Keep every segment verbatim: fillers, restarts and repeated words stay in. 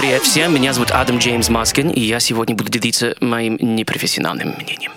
Привет всем, меня зовут Адам Джеймс Маскин, и я сегодня буду делиться моим непрофессиональным мнением.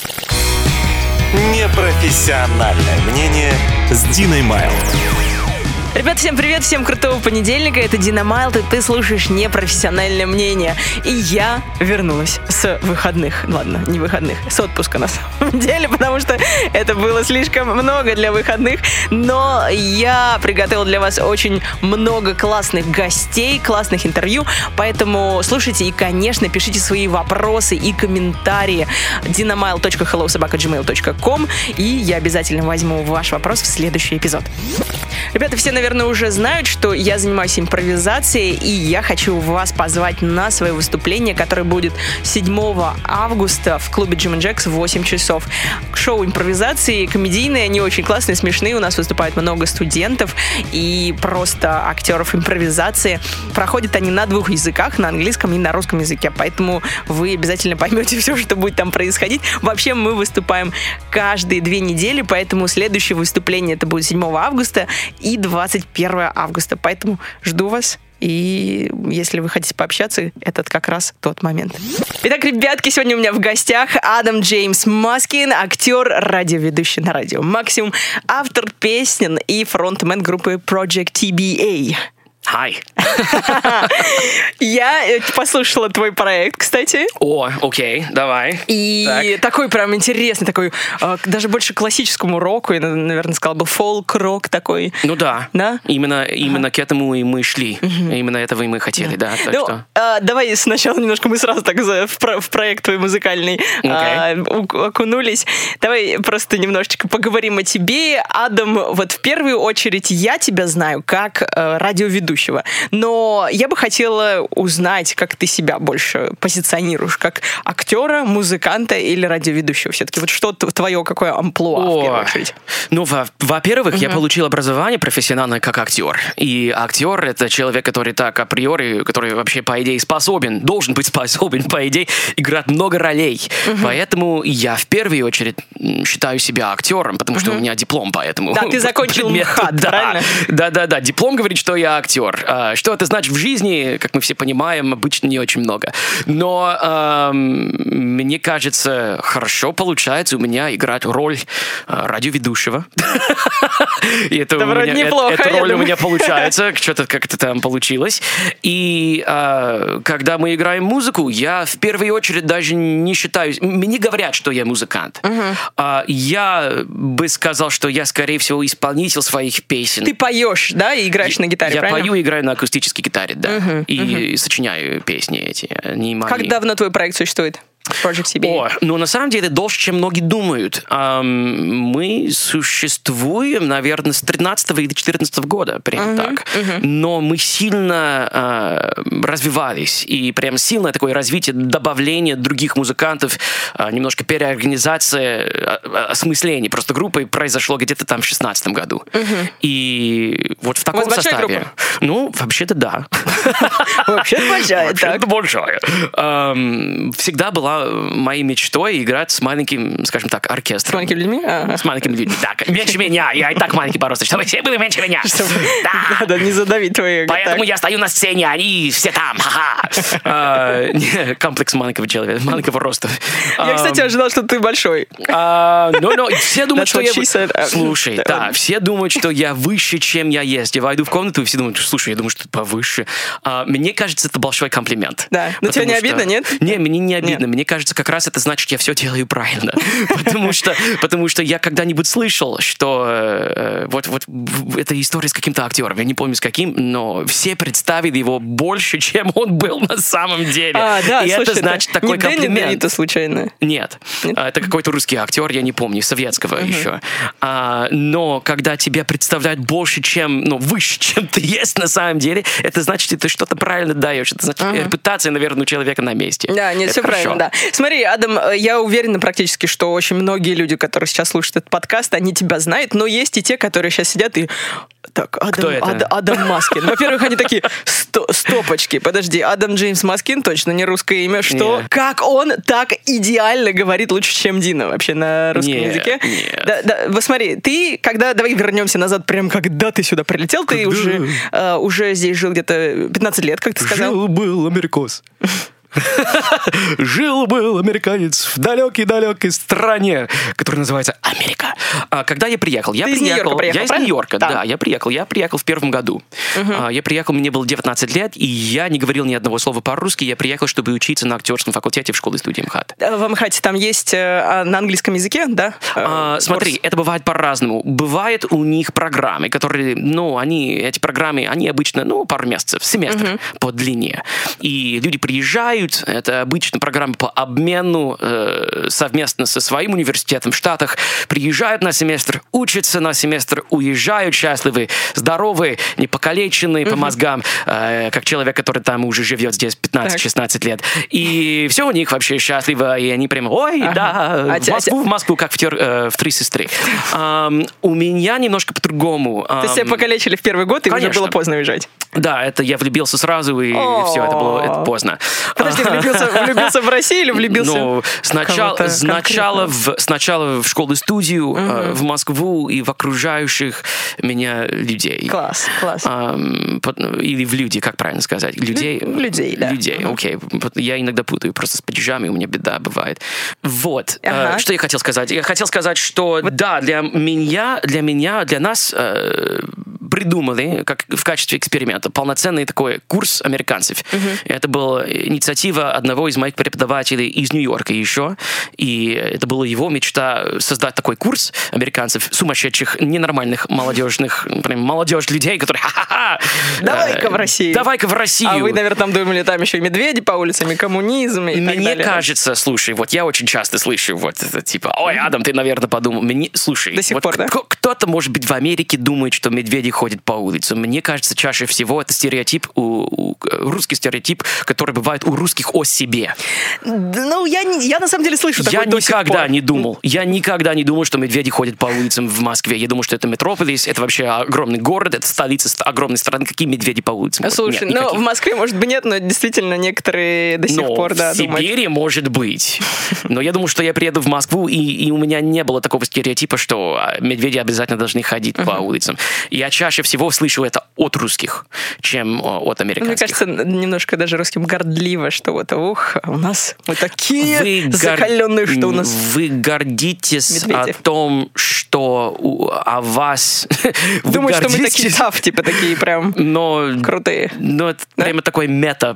Непрофессиональное мнение с Диной Майл. Ребят, всем привет, всем крутого понедельника. Это Дина Майл, и ты слушаешь непрофессиональное мнение. И я вернулась с выходных. Ладно, не выходных, с отпуска на самом деле, потому что это было слишком много для выходных. Но я приготовила для вас очень много классных гостей, классных интервью. Поэтому слушайте и, конечно, пишите свои вопросы и комментарии. динамайл точка хэллоу собака джимейл точка ком, и я обязательно возьму ваш вопрос в следующий эпизод. Ребята, все, наверное, уже знают, что я занимаюсь импровизацией, и я хочу вас позвать на свое выступление, которое будет седьмого августа в клубе Jim and Jacks в восемь часов. Шоу импровизации комедийные, они очень классные, смешные. У нас выступает много студентов и просто актеров импровизации. Проходят они на двух языках, на английском и на русском языке, поэтому вы обязательно поймете все, что будет там происходить. Вообще мы выступаем каждые две недели, поэтому следующее выступление это будет седьмого августа и двадцать первого августа. Поэтому жду вас. И если вы хотите пообщаться, этот как раз тот момент. Итак, ребятки, сегодня у меня в гостях Адам Джеймс Маскин, актер, радиоведущий на радио Максимум, автор песен и фронтмен группы Project ти би эй. Hi. Я послушала твой проект, кстати. О, окей, давай. И так. такой прям интересный, такой, даже больше классическому року, я, наверное, сказала бы, фолк-рок такой. Ну да, да? именно, именно ага. к этому и мы шли. Угу. Именно этого и мы хотели, да. да так ну, что... а, давай сначала немножко мы сразу так за, в, про, в проект твой музыкальный okay. а, окунулись. Давай просто немножечко поговорим о тебе. Адам, вот в первую очередь я тебя знаю как а, радиоведущий. Но я бы хотела узнать, как ты себя больше позиционируешь, как актера, музыканта или радиоведущего. Все-таки вот что твое, какое амплуа О, в первую очередь? Ну, во- во-первых, uh-huh. я получил образование профессиональное как актер. И актер — это человек, который так априори, который вообще, по идее, способен, должен быть способен, по идее, играть много ролей. Uh-huh. Поэтому я в первую очередь считаю себя актером, потому uh-huh. что у меня диплом, поэтому... Да, ты закончил МХАТ, да, правильно? Да-да-да, диплом говорит, что я актер. Что это значит в жизни, как мы все понимаем, обычно не очень много. Но эм, мне кажется, хорошо получается у меня играть роль э, радиоведущего. Это вроде неплохо. Эта роль у меня получается, что-то как-то там получилось. И когда мы играем музыку, я в первую очередь даже не считаю... Мне говорят, что я музыкант. Я бы сказал, что я, скорее всего, исполнитель своих песен. Ты поешь, да, и играешь на гитаре, правильно? Я пою, играю на акустической гитаре, да. Uh-huh, и uh-huh. сочиняю песни эти. Они мои. Как давно твой проект существует? Project ти би эй. О, ну, на самом деле, дольше, чем многие думают. Эм, мы существуем, наверное, с тринадцатого или четырнадцатого года, прям uh-huh, так. Uh-huh. Но мы сильно э, развивались, и прям сильное такое развитие, добавление других музыкантов, э, немножко переорганизация, э, осмысление просто группы произошло где-то там в шестнадцатом году. Uh-huh. И вот в таком составе. Ну, вообще-то да. Вообще-то большая, Вообще-то большая. Всегда была моей мечтой играть с маленьким, скажем так, оркестром. С маленькими людьми? Ага. С маленькими людьми, так. Меньше меня, я и так маленький по росту, чтобы все были меньше меня. Да. Надо не задавить твои... Поэтому я стою на сцене, они все там, ха-ха. Комплекс маленького человека, маленького роста. Я, кстати, ожидал, что ты большой. Ну, все думают, что я... Said... Слушай, да, все думают, что я выше, чем я есть. Я войду в комнату, и все думают, слушай, я думаю, что ты повыше. Мне кажется, это большой комплимент. Да, но тебе не обидно, нет? Не, мне не обидно. Мне кажется, как раз это значит, я все делаю правильно. Потому что, потому что я когда-нибудь слышал, что э, вот, вот эта история с каким-то актером, я не помню с каким, но все представили его больше, чем он был на самом деле. А, да, и слушай, это значит это такой не комплимент. Дэнни Девито случайно? Нет. Нет. Это какой-то русский актер, я не помню, советского uh-huh. еще. А, но когда тебя представляют больше, чем, ну, выше, чем ты есть на самом деле, это значит, что ты что-то правильно даешь. Это значит, uh-huh. репутация, наверное, у человека на месте. Да, нет, это все хорошо. правильно, да. Смотри, Адам, я уверена практически, что очень многие люди, которые сейчас слушают этот подкаст, они тебя знают, но есть и те, которые сейчас сидят и... Так, Адам, Ад, Адам Маскин. Во-первых, они такие, Сто, стопочки, подожди, Адам Джеймс Маскин, точно не русское имя, что? Нет. Как он так идеально говорит лучше, чем Дина вообще на русском нет, языке? Нет. Да, да, вот смотри, ты, когда, давай вернемся назад, прям когда ты сюда прилетел, когда? ты уже, э, уже здесь жил где-то пятнадцать лет, как ты сказал? Жил-был америкос. Жил-был американец в далекой-далекой стране, которая называется Америка. А, когда я приехал, я Ты приехал, из Нью-Йорка приехал, я из правильно? Нью-Йорка, да. да, я приехал, я приехал в первом году. Uh-huh. А, я приехал, мне было девятнадцать лет, и я не говорил ни одного слова по-русски. Я приехал, чтобы учиться на актерском факультете в школе-студии МХАТ. В МХАТе там есть э, на английском языке, да? А, смотри, это бывает по-разному. Бывает у них программы, которые, ну, они, эти программы, они обычно, ну, пару месяцев, семестр uh-huh. по длине. И люди приезжают, это обычно программа по обмену э, совместно со своим университетом в Штатах, приезжают на семестр, учатся на семестр, уезжают счастливы, здоровы, не покалеченные uh-huh. по мозгам, э, как человек, который там уже живет здесь пятнадцать-шестнадцать лет. И все у них вообще счастливо, и они прям, ой, ага. да, а в Москву, в Москву, как в, тер, э, в «Три сестры». Um, у меня немножко по-другому. Um, То есть тебя покалечили в первый год, и конечно. уже было поздно уезжать? Да, это я влюбился сразу, и О-о-о. все, это было это поздно. Подожди, влюбился, влюбился в Россию или влюбился ну, сначала, сначала, в, сначала в школу-студию, угу. э, в Москву и в окружающих меня людей. Класс, класс. А, или в люди, как правильно сказать? Людей? Лю- людей, да. Людей, окей. Okay. Я иногда путаю просто с падежами, у меня беда бывает. Вот. Ага. Э, что я хотел сказать? Я хотел сказать, что вот. да, для меня, для меня, для нас э, придумали, как в качестве эксперимента, полноценный такой курс американцев. Угу. Это была инициатива одного из моих преподавателей из Нью-Йорка еще, и это была его мечта создать такой курс американцев, сумасшедших, ненормальных, молодежных, прям молодежь людей, которые ха-ха-ха! Давай-ка в Россию! Давай-ка в Россию! А вы, наверное, там думали, там еще и медведи по улицам, и коммунизм, и Мне так далее. Мне кажется, слушай, вот я очень часто слышу вот это, типа, ой, Адам, ты, наверное, подумал. Мне, слушай, До сих вот пор, да? кто-то, может быть, в Америке думает, что медведи ходят по улицам. Мне кажется, чаще всего это стереотип, у, у, русский стереотип, который бывает у русских о себе. Ну, я, не, я на самом деле слышу такое Я до сих никогда пор. не думал. Я никогда не думал, что медведи ходят по улицам в Москве. Я думал, что это метрополис, это вообще огромный город, это столица огромной страны. Какие медведи по улицам? Слушай, нет, ну, в Москве, может быть, нет, но действительно некоторые до сих но пор, да, в Сибири, думают. Может быть. Но я думал, что я приеду в Москву, и, и у меня не было такого стереотипа, что медведи обязательно должны ходить uh-huh. по улицам. Я чаще всего слышу это от русских, чем от американских. Мне кажется, немножко даже русским гордливо, что вот, ух, у нас мы такие вы закаленные, гор... что у нас Вы гордитесь медведи. О том, что у... о вас... Думаю, что мы такие тав, типа такие прям но... крутые. Ну, это да? прямо такой мета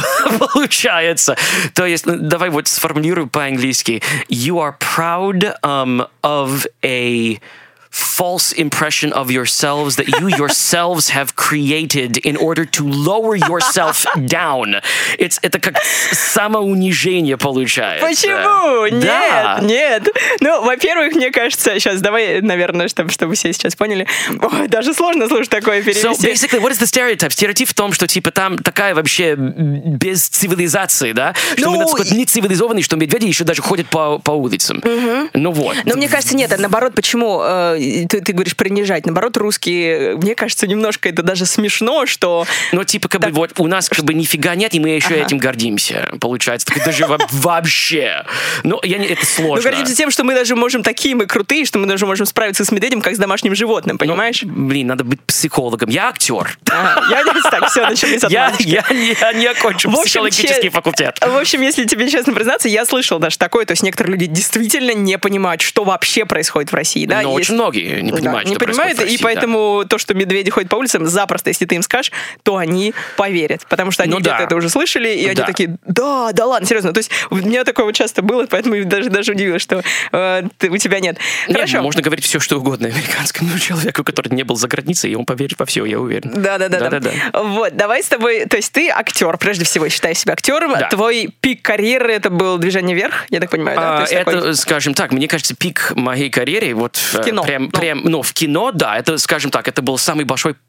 получается. То есть, давай вот сформулирую по-английски. You are proud um, of a... false impression of yourselves that you yourselves have created in order to lower yourself down. It's, это как самоунижение получается. Почему? Да. Нет, нет. Ну, во-первых, мне кажется, сейчас давай, наверное, чтобы, чтобы все сейчас поняли, ой, даже сложно слушать такое перевести. So, basically, what is the stereotype? Стереотип в том, что, типа, там такая вообще без цивилизации, да? Что ну, мы настолько не цивилизованные, что медведи еще даже ходят по, по улицам. Угу. Ну вот. Но мне кажется, нет, а наоборот, почему... Ты, ты говоришь принижать. Наоборот, русские, мне кажется, немножко это даже смешно, что... Ну, типа, как так... бы, вот у нас как бы нифига нет, и мы еще ага. этим гордимся, получается. Так даже вообще. Ну, я не, это сложно. Ну, гордимся тем, что мы даже можем такие, мы крутые, что мы даже можем справиться с медведем, как с домашним животным, понимаешь? Ну, блин, надо быть психологом. Я актер. Ага. Я не так, все, начались отмазочки. Я, я, я не окончил психологический факультет. В общем, если тебе честно признаться, я слышал даже такое, то есть некоторые люди действительно не понимают, что вообще происходит в России. Да? Но Есть... очень многие не понимают, да, не что понимают, в России, и поэтому да. то, что медведи ходят по улицам, запросто, если ты им скажешь, то они поверят, потому что они ну, где-то да. это уже слышали, и они да. такие, да, да ладно, серьезно. То есть у меня такое часто было, поэтому даже, даже удивилось, что э, ты, у тебя нет. нет. Хорошо. Можно говорить все, что угодно американскому человеку, который не был за границей, и он поверит во все, я уверен. Да-да-да. Вот, давай с тобой, то есть ты актер, прежде всего, считаешь себя актером, да. Твой пик карьеры, это был «Движение вверх», я так понимаю, да? А, это, такой... скажем так, мне кажется, пик моей карьеры, вот в кино. Прям, ну. прям, ну, в кино, да, это, скажем так, это был самый большой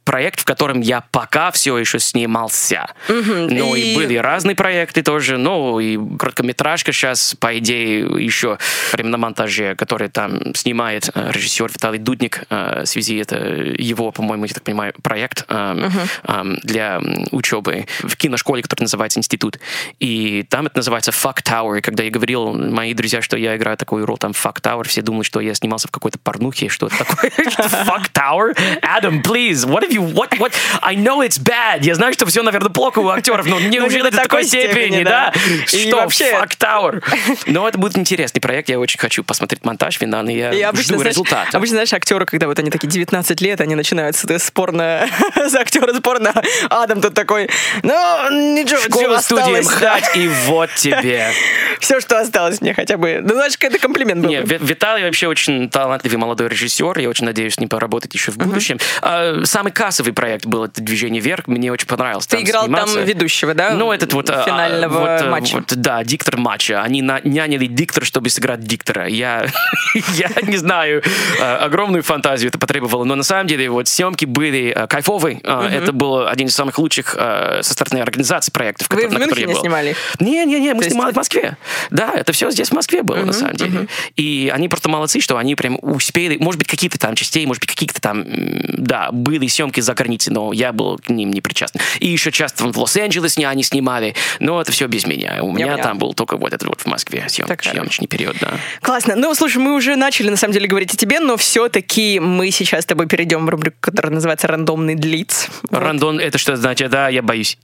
проект, в котором я пока все еще снимался. Mm-hmm. Ну, и... и были разные проекты тоже, ну, и короткометражка сейчас, по идее, еще прямо на монтаже, который там снимает режиссер Виталий Дудник, в связи это его, по-моему, я так понимаю, проект uh-huh. для учебы в киношколе, который называется «Институт». И там это называется «Fuck Tower». И когда я говорил, мои друзья, что я играю такую роль там «Fuck Tower», все думали, что я снимался в какой-то порнухе, что это такое. «Fuck Tower»? Adam, please, what have you, what, what? I know it's bad. Я знаю, что все, наверное, плохо у актеров, но не уже до такой степени, да? Что? «Fuck Tower». Но это будет интересный проект, я очень хочу посмотреть монтаж финальный, я и обычно, жду знаешь, результата. Обычно, знаешь, актеры, когда вот они такие девятнадцать лет, они начинают с спорно, за актера спорно, Адам тут такой, ну, ничего, школа, студия, МХАТ, и вот тебе. Все, что осталось мне хотя бы. Ну, знаешь, это комплимент был. Не, Виталий вообще очень талантливый молодой режиссер, я очень надеюсь с ним поработать еще в будущем. Uh-huh. Самый кассовый проект был это «Движение вверх», мне очень понравилось. Ты там играл сниматься. Там ведущего, да? Ну, этот вот... Финального вот, матча. Вот, да, диктор матча. Они наняли диктора, чтобы сыграть диктора. Я, я не знаю, огромную фантазию это потребовало, но на самом деле вот съемки были кайфовые. Uh-huh. Это был один из самых лучших со стороны организации проектов, Вы в Мюнхене снимали их? Не-не-не, мы То снимали есть... в Москве. Да, это все здесь в Москве было, uh-huh, на самом деле. Uh-huh. И они просто молодцы, что они прям успели, может быть, какие-то там частей, может быть, какие-то там, да, были съемки за границей, но я был к ним не причастен. И еще часто в Лос-Анджелесе они снимали, но это все без меня. У меня я там был только вот этот вот в Москве съем, съемочный период, да. Классно. Ну, слушай, мы уже начали, на самом деле, говорить о тебе, но все-таки мы сейчас с тобой перейдем в рубрику, которая называется «Рандомный длиц». Рандом, это что значит? Да, я боюсь.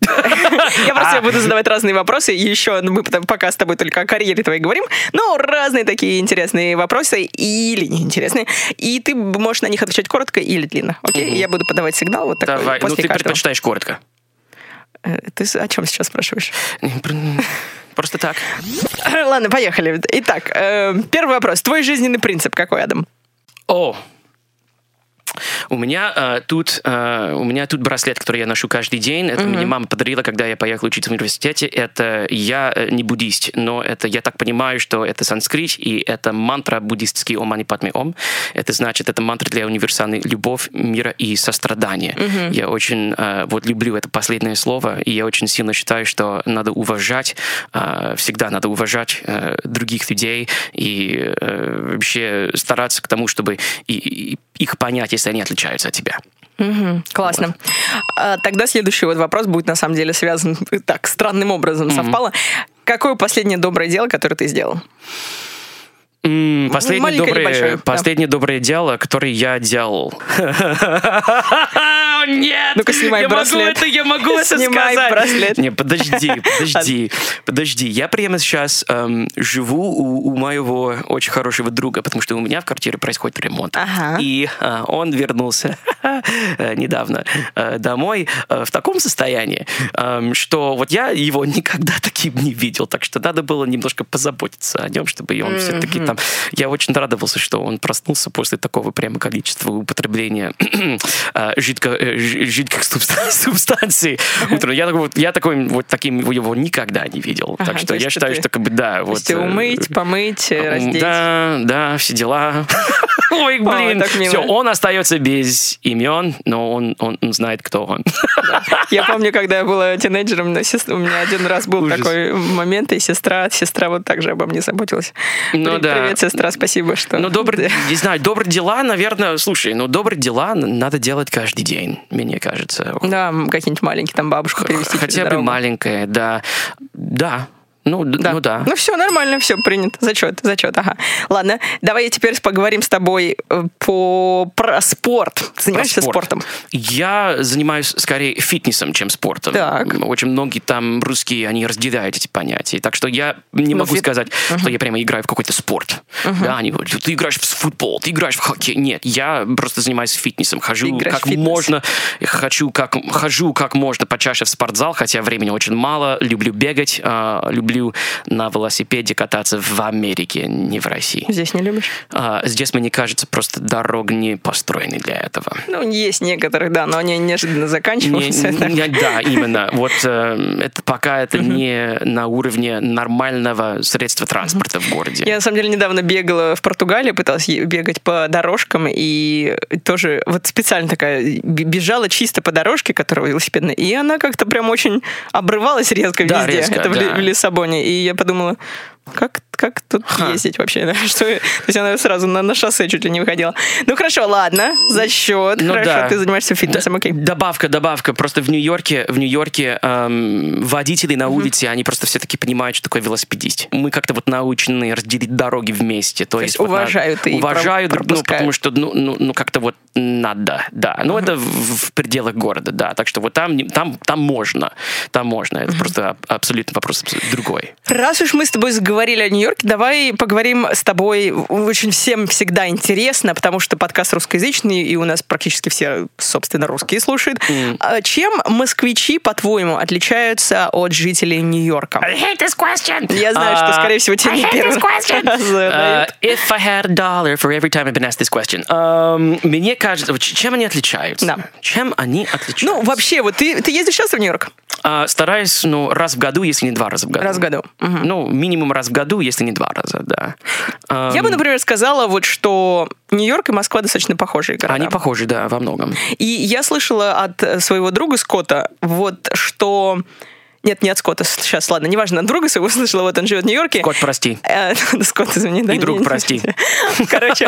Я просто буду задавать разные вопросы, и еще мы пока с тобой только о карьере твоей говорим, но разные такие интересные вопросы или неинтересные, и ты можешь на них отвечать коротко или длинно. Окей? Я буду подавать сигнал вот такой. Давай, ну ты предпочитаешь коротко. Ты о чем сейчас спрашиваешь? Просто так. Ладно, поехали. Итак, первый вопрос. Твой жизненный принцип какой, Адам? О, У меня, э, тут, э, у меня тут браслет, который я ношу каждый день. Это mm-hmm. мне мама подарила, когда я поехал учиться в университете. Это я не буддист, но это я так понимаю, что это санскрит, и это мантра буддистский «Ом Мани Падме Ом». Это значит, это мантра для универсальной любовь, мира и сострадания. Mm-hmm. Я очень э, вот люблю это последнее слово, и я очень сильно считаю, что надо уважать, э, всегда надо уважать э, других людей и э, вообще стараться к тому, чтобы и, и, их понять, если они отличаются от тебя. Угу, классно. Вот. А, тогда следующий вот вопрос будет на самом деле связан так странным образом mm-hmm. совпало. Какое последнее доброе дело, которое ты сделал? Mm, последнее доброе, последнее да. доброе дело, которое я делал. Нет! Ну-ка, снимай я браслет. Могу это, я могу это снимай сказать. Браслет. Не, подожди, подожди, подожди. Я прямо сейчас эм, живу у, у моего очень хорошего друга, потому что у меня в квартире происходит ремонт. Ага. И э, он вернулся недавно э, домой э, в таком состоянии, э, что вот я его никогда таким не видел, так что надо было немножко позаботиться о нем, чтобы он mm-hmm. все-таки там... Я очень радовался, что он проснулся после такого прямо количества употребления э, жидко жидких субстанций. Я, я такой, вот таким его никогда не видел. Ага, так что я считаю, ты... что как бы да. Вот, умыть, помыть, раздеть. Да, да, все дела. Ой, блин. О, все, он остается без имен, но он, он, он знает, кто он. Да. Я помню, когда я была тинейджером, у меня один раз был Ужас. такой момент, и сестра, сестра вот так же обо мне заботилась. Ну, Привет, да. привет, сестра, спасибо, что... Ну, добрые, не знаю, добрые дела, наверное, слушай, ну, добрые дела надо делать каждый день, мне кажется. Да, какие-нибудь маленькие, там, бабушку перевести. Хотя бы маленькая, да. Да. Ну да. ну да. Ну все, нормально, все, принято. Зачет, зачет, ага. Ладно, давай теперь поговорим с тобой по... про спорт. Ты занимаешься спорт. спортом? Я занимаюсь скорее фитнесом, чем спортом. Так. Очень многие там русские, они разделяют эти понятия. Так что я не могу фит... сказать, uh-huh. что я прямо играю в какой-то спорт. Uh-huh. Да, они говорят, ты играешь в футбол, ты играешь в хоккей. Нет, я просто занимаюсь фитнесом. Хожу как можно, хочу как, хожу как можно почаще в спортзал, хотя времени очень мало. Люблю бегать, люблю люблю на велосипеде кататься в Америке, не в России. Здесь не любишь? А, здесь, мне кажется, просто дорога не построены для этого. Ну, есть некоторые, да, но они неожиданно заканчиваются. Не, не, да, именно. Вот э, это пока это uh-huh. не на уровне нормального средства транспорта uh-huh. в городе. Я, на самом деле, недавно бегала в Португалии, пыталась бегать по дорожкам, и тоже вот специально такая бежала чисто по дорожке, которая велосипедная, и она как-то прям очень обрывалась резко да, везде. резко, это в, да. в Лиссабоне. И я подумала, как, как тут Ха. ездить вообще? Да? Что, то есть она сразу на, на шоссе чуть ли не выходила. Ну хорошо, ладно, за счет. Ну, хорошо, да. Ты занимаешься фитнесом, окей. Добавка, добавка. Просто в Нью-Йорке, в Нью-Йорке эм, водители на улице, uh-huh. они просто все-таки понимают, что такое велосипедист. Мы как-то вот научены разделить дороги вместе. То, то есть, есть уважают вот, и уважают, ну, потому что ну, ну, ну как-то вот надо, да. Ну uh-huh. это в, в пределах города, да. Так что вот там, там, там можно, там можно. Это uh-huh. просто абсолютно вопрос другой. Раз уж мы с тобой заговорили о Нью-Йорке, давай поговорим с тобой. Очень всем всегда интересно, потому что подкаст русскоязычный, и у нас практически все, собственно, русские слушают. Mm. Чем москвичи, по-твоему, отличаются от жителей Нью-Йорка? I hate this question. Я знаю, uh, что, скорее всего, тебе не первый раз uh, If I had a dollar for every time I've been asked this question. Um, мне кажется, чем они отличаются? Да. Чем они отличаются? Ну, вообще, вот ты, ты ездишь часто в Нью-Йорк? Uh, стараюсь, ну, раз в году, если не два раза в году. Раз в году. Угу. Ну, минимум раз в году, если не два раза, да. Um, Я бы, например, сказала, вот, что Нью-Йорк и Москва достаточно похожие города. Они похожи, да, во многом. И я слышала от своего друга Скотта, вот, что... Нет, не от Скотта, сейчас, ладно, неважно, от друга своего слышала, вот он живет в Нью-Йорке. Скотт, прости. Скотт, извини. Да, и друг, прости. Короче,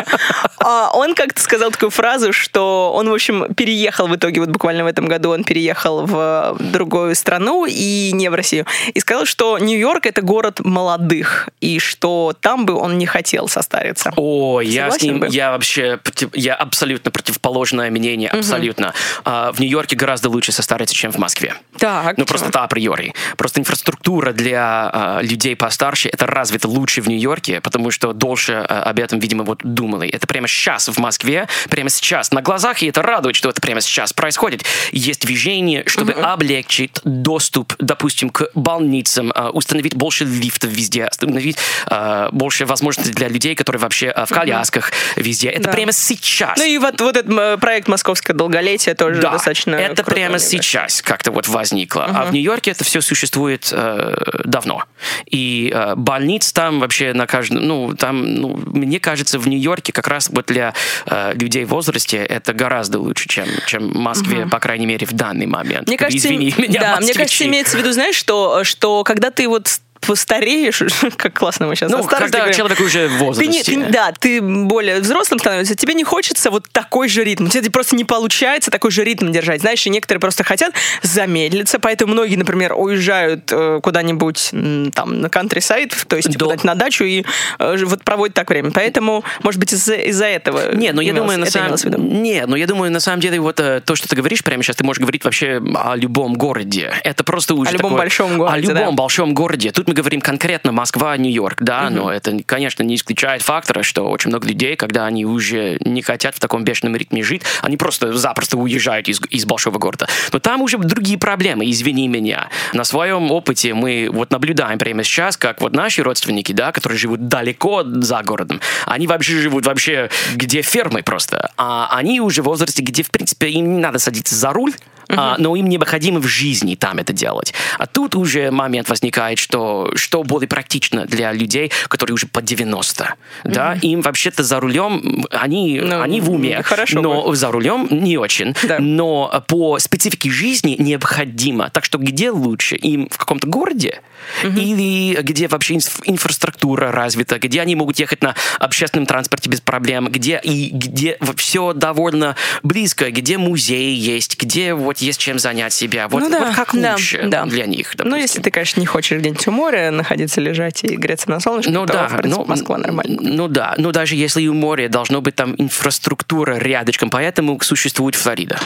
он как-то сказал такую фразу, что он, в общем, переехал в итоге, вот буквально в этом году он переехал в другую страну, и не в Россию, и сказал, что Нью-Йорк — это город молодых, и что там бы он не хотел состариться. О, я с ним, я вообще, я абсолютно противоположное мнение, абсолютно. В Нью-Йорке гораздо лучше состариться, чем в Москве. Так. Ну, просто априори. Просто инфраструктура для э, людей постарше это развита лучше в Нью-Йорке, потому что дольше э, об этом, видимо, вот думали. Это прямо сейчас в Москве, прямо сейчас на глазах, и это радует, что это прямо сейчас происходит. Есть движение, чтобы uh-huh. облегчить доступ, допустим, к больницам, э, установить больше лифтов везде, установить э, больше возможностей для людей, которые вообще э, в колясках uh-huh. везде. Это да. прямо сейчас. Ну и вот, вот этот проект «Московское долголетие» тоже да, достаточно это круто, прямо сейчас как-то вот возникло. Uh-huh. А в Нью-Йорке это все существует э, давно. И э, больниц там вообще на каждом... Ну, там, ну, мне кажется, в Нью-Йорке как раз вот для э, людей в возрасте это гораздо лучше, чем, чем в Москве, uh-huh. по крайней мере, в данный момент. Мне кажется, Извини меня, да, москвичи. Мне кажется, имеется в виду, знаешь, что, что когда ты вот постареешь, как классно мы сейчас ну, когда говорим. Человек уже в возрасте. Ты не, ты, да, ты более взрослым становишься, тебе не хочется вот такой же ритм. Тебе просто не получается такой же ритм держать. Знаешь, и некоторые просто хотят замедлиться, поэтому многие, например, уезжают э, куда-нибудь там на countryside, то есть До... куда-то на дачу и э, вот проводят так время. Поэтому, может быть, из-за, из-за этого... Не, но я думаю, на самом... Не, но я думаю, на самом деле, вот э, то, что ты говоришь прямо сейчас, ты можешь говорить вообще о любом городе. Это просто уже О любом такое... большом городе, О любом да. большом городе. Тут мы говорим конкретно Москва, Нью-Йорк, да, uh-huh. но это, конечно, не исключает фактора, что очень много людей, когда они уже не хотят в таком бешеном ритме жить, они просто запросто уезжают из, из большого города. Но там уже другие проблемы, извини меня. На своем опыте мы вот наблюдаем прямо сейчас, как вот наши родственники, да, которые живут далеко за городом, они вообще живут вообще, где фермы просто, а они уже в возрасте, где, в принципе, им не надо садиться за руль, Uh-huh. а, но им необходимо в жизни там это делать. А тут уже момент возникает, что, что более практично для людей, которые уже по девяносто. Uh-huh. Да? Им вообще-то за рулем, они, ну, они в уме, хорошо но будет. За рулем не очень. Да. Но по специфике жизни необходимо. Так что где лучше? Им в каком-то городе? Uh-huh. Или где вообще инфраструктура развита, где они могут ехать на общественном транспорте без проблем, где, и где все довольно близко, где музей есть, где вот есть чем занять себя. Вот, ну да, вот как да, лучше да. для них, допустим. Ну, если ты, конечно, не хочешь где-нибудь у моря находиться, лежать и греться на солнышке, ну, то, да, в принципе, ну, Москва нормально. Ну да, но даже если у моря должно быть там инфраструктура рядышком, поэтому существует Флорида.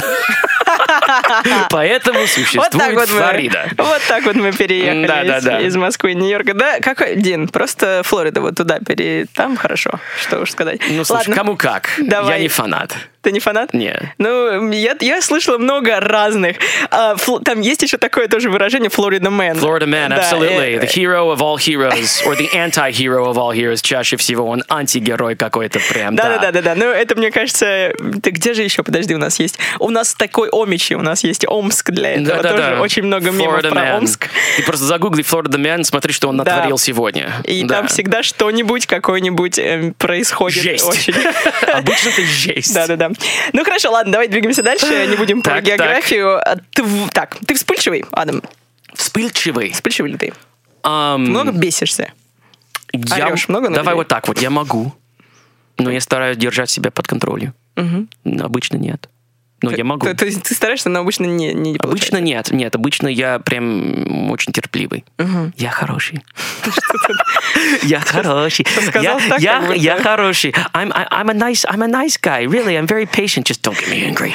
Поэтому существует вот так вот Флорида. Мы, вот так вот мы переехали да, да, из, да. из Москвы и Нью-Йорка. Да, какой, Дин, просто Флорида вот туда, пере... там хорошо, что уж сказать. Ну, слушай, Ладно. кому как. Давай. Я не фанат. Ты не фанат? Нет. Ну, я, я слышала много разных. А, фл- там есть еще такое тоже выражение Florida Man. Florida Man, Да, absolutely. э, The hero of all heroes, or the anti-hero of all heroes. Чаще всего он антигерой какой-то прям, да. Да-да-да, ну это, мне кажется, ты где же еще, подожди, у нас есть, у нас такой Омичи, у нас есть Омск для этого, Да-да-да. тоже очень много мемов Florida про Man. Омск. Ты просто загугли Florida Man, смотри, что он Да. натворил сегодня. И Да. там всегда что-нибудь, какое-нибудь э, происходит. Жесть. Очень. Обычно это жесть. Да-да-да. Ну хорошо, ладно, давай двигаемся дальше, не будем про Так, географию. А ты в- Так, ты вспыльчивый, Адам? Вспыльчивый. Вспыльчивый ли ты? Ам, Много бесишься? я- орешь много на Давай людей? вот так вот, я могу, но я стараюсь держать себя под контролем. Обычно нет. Но я могу. То, то есть ты стараешься, но обычно не, не, не Обычно получается. нет, нет, обычно я прям очень терпеливый. Я хороший. Я хороший. сказал Я- так, Я как будто- я хороший. I'm I- I'm a nice I'm a nice guy. Really, I'm very patient. Just don't get me angry.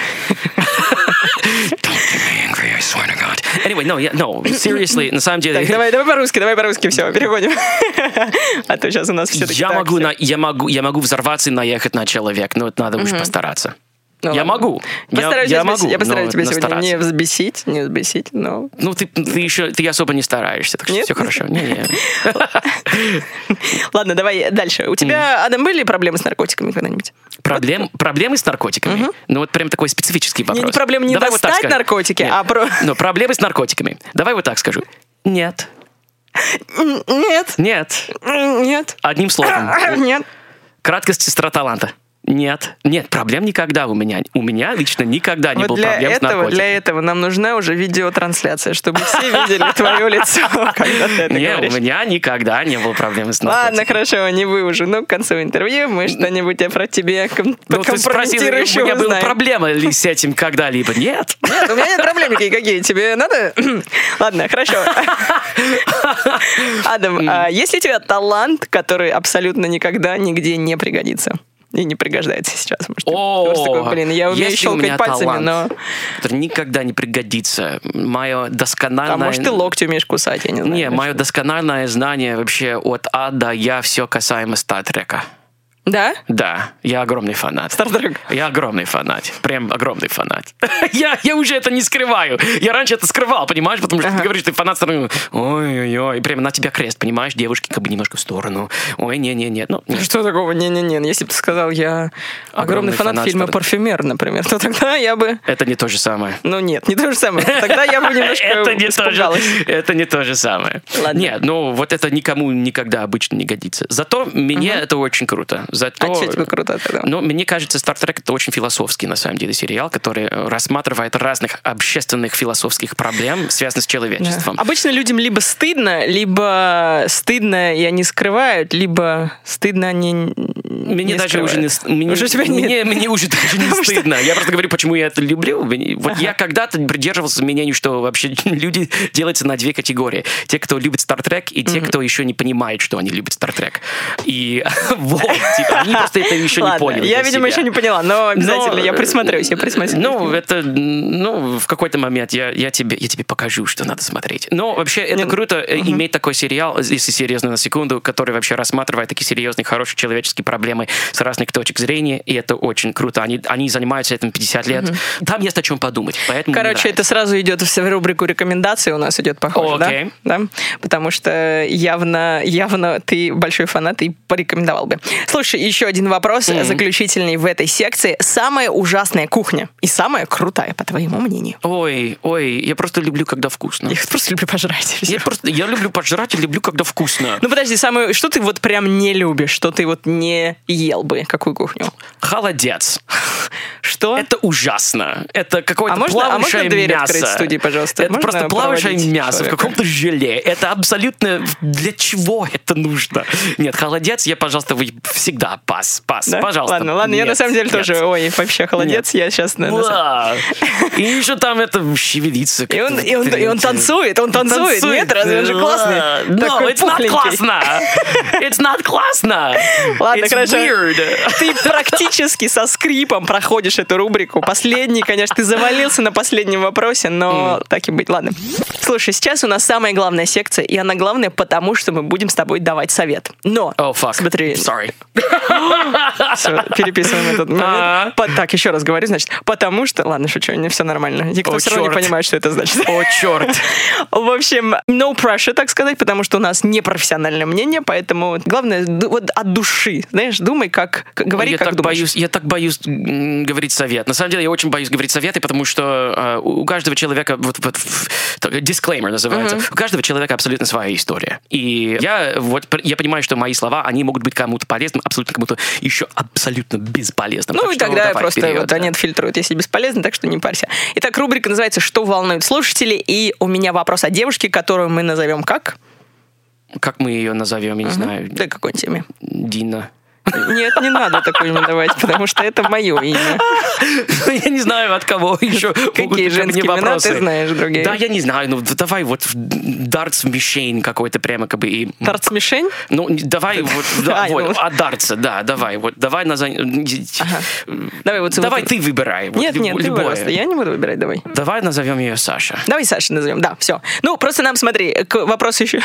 Don't get me angry. I swear to God. Anyway, no, yeah, no. Seriously, на самом деле. Так, давай, давай по-русски, давай по-русски, все, переходим. А то сейчас у нас все-таки Я так, могу, всё. на, я, могу, я могу взорваться и наехать на человека, но это надо уж постараться. Ну, я ладно. могу. Я- Постараюсь я, тебя- могу. Я постараюсь но- тебя но сегодня стараться. не взбесить, не взбесить, но... Ну, ты, ты еще ты особо не стараешься, так что Нет? все хорошо. Не-не. Ладно, давай дальше. У тебя, Адам, были проблемы с наркотиками когда-нибудь? Проблем, проблемы с наркотиками? Ну, вот прям такой специфический вопрос. Не, не проблема не Давай вот так достать скажем. наркотики, Нет. а про... Ну, проблемы с наркотиками. Давай вот так скажу. Нет. Нет, Нет. нет, Одним словом. нет. Краткость сестра таланта. Нет. Нет, проблем никогда у меня. У меня лично никогда не Вот было для проблем с этого, наркотиками. для этого нам нужна уже видеотрансляция, чтобы все видели твое лицо, когда ты это Не, говоришь. у меня никогда не было проблем с Ладно, наркотиками. хорошо, не вы уже, но к концу интервью мы что-нибудь про тебя ком- Ну, ты спросил, у компрометирующего меня была узнаем. проблема ли с этим когда-либо? Нет. Нет, у меня нет проблем никакие. Тебе надо? Ладно, хорошо. Адам, а есть ли у тебя талант, который абсолютно никогда нигде не пригодится? И не пригождается сейчас. Может, ты О, просто такой, блин, я умею есть ли у щелкать меня пальцами, талант, но... который никогда не пригодится. Мое доскональное... А может, ты локти умеешь кусать, я не знаю. Не, мое доскональное знание вообще от А до Я все касаемо Стартрека. Да? Да, я огромный фанат. Стартрек. Я огромный фанат. Прям огромный фанат. я, я уже это не скрываю. Я раньше это скрывал, понимаешь? Потому что Ага. ты говоришь, ты фанат Стартрека. Ой-ой-ой. И прям на тебя крест, понимаешь? Девушки как бы немножко в сторону. Ой, не-не-не. Ну, не. Что такого? Не-не-не. Если бы ты сказал, я огромный, Огромный фанат, фанат фильма Стартрека. «Парфюмер», например, то тогда я бы... Это не то же самое. Ну нет, не то же самое. Тогда я бы немножко это не то же, испугалась. это не то же самое. Ладно. Нет, ну вот это никому никогда обычно не годится. Зато мне это очень круто. Зато, А что тебе круто от этого? ну, мне кажется, Star Trek это очень философский, на самом деле, сериал, который рассматривает разных общественных философских проблем, связанных с человечеством. Да. Обычно людям либо стыдно, либо стыдно, и они скрывают, либо стыдно, они Мне не даже уже не, скрывают. ст- мне, Уже тебя нет. мне, мне уже даже не Потому что- стыдно. Я просто говорю, почему я это люблю. Мне- Вот я когда-то придерживался мнению, что вообще люди делятся на две категории. Те, кто любит Star Trek, и те, кто еще не понимает, что они любят Star Trek. И вот, типа, они просто это еще не Ладно, поняли. я, для видимо, себя. еще не поняла, но обязательно Но, я присмотрюсь, я присмотрюсь. Ну, это, ну, в какой-то момент я, я, тебе, я тебе покажу, что надо смотреть. Но вообще это Не- круто э, иметь такой сериал, если серьезно на секунду, который вообще рассматривает такие серьезные, хорошие человеческие проблемы с разных точек зрения, и это очень круто. Они, они занимаются этим пятьдесят лет. Там есть о чем подумать, поэтому мне Короче, это нравится. сразу идет в рубрику рекомендаций у нас идет, похоже, О, да? окей. Да? Потому что явно, явно ты большой фанат и порекомендовал бы. Слушай, еще один вопрос, заключительный в этой секции. Самая ужасная кухня и самая крутая, по твоему мнению? Ой, ой, я просто люблю, когда вкусно. Я просто люблю пожрать. Всё. Я просто, я люблю пожрать и люблю, когда вкусно. Ну подожди, самую, что ты вот прям не любишь, что ты вот не ел бы? Какую кухню? Холодец. Что? Это ужасно. Это какое-то А можно- а плавающее можно дверь мясо. открыть в студии, пожалуйста? Это Можно просто плавающее проводить мясо человека? в каком-то желе. Это абсолютно... Для чего это нужно? Нет, холодец я, пожалуйста, вы- всегда пас, пас. Да? Пожалуйста. Ладно, ладно, я на Нет, самом деле нет. тоже, ой, вообще холодец, я сейчас... на- на самом- Ла. И еще там это шевелится. И он, как-то и, он, и он вот, танцует, он танцует. Нет, разве он же классный? No, Такой it's not пухленький. классно. It's not классно. Ладно, It's хорошо. weird. Ты практически со скрипом проходишь эту рубрику. Последний, конечно, ты завалился на последнем вопросе, но так и быть. Ладно. Слушай, сейчас у нас самая главная секция, и она главная потому, что мы будем с тобой давать совет. Но, Oh, fuck. смотри, Sorry. Все, переписываем этот момент. По- Так, еще раз говорю, значит, потому что... Ладно, шучу, не все нормально. Никто О, все равно не черт. понимает, что это значит. О, черт. В общем, no pressure, так сказать, потому что у нас непрофессиональное мнение, поэтому главное ду- вот от души, знаешь, думай, как... как- говори, я как так думаешь. боюсь, я так боюсь м, говорить совет. На самом деле, я очень боюсь говорить советы, потому что э, у каждого человека, вот, вот в- так, disclaimer называется, у каждого человека абсолютно своя история. И я вот п- я понимаю, что мои слова, они могут быть кому-то полезным, абсолютно кому-то еще абсолютно бесполезным. Ну Так и что тогда давай просто вперед, вот да. они отфильтруют, если бесполезно, так что не парься. Итак, рубрика называется «Что волнует слушателей?» И у меня вопрос о девушке, которую мы назовем как? Как мы ее назовем, я не знаю. Да какой теме? Дина. Нет, не надо такое имя давать, потому что это мое имя. Я не знаю, от кого еще могут Какие быть ко мне женские имена вопросы. ты знаешь, другие? Да, я не знаю, ну давай вот дартс в мишень какой-то прямо как бы и... Тарцмишень? Ну, не- давай вот, да, А, вот, ну. от дартса, да, давай, вот, давай назовем... Давай вот... Давай вот- ты выбирай. вот, Нет, люб- нет, ты любое. просто, я не буду выбирать, давай. Давай назовем ее Саша. Давай Саша назовем, да, все. Ну, просто нам, смотри, к вопросу еще.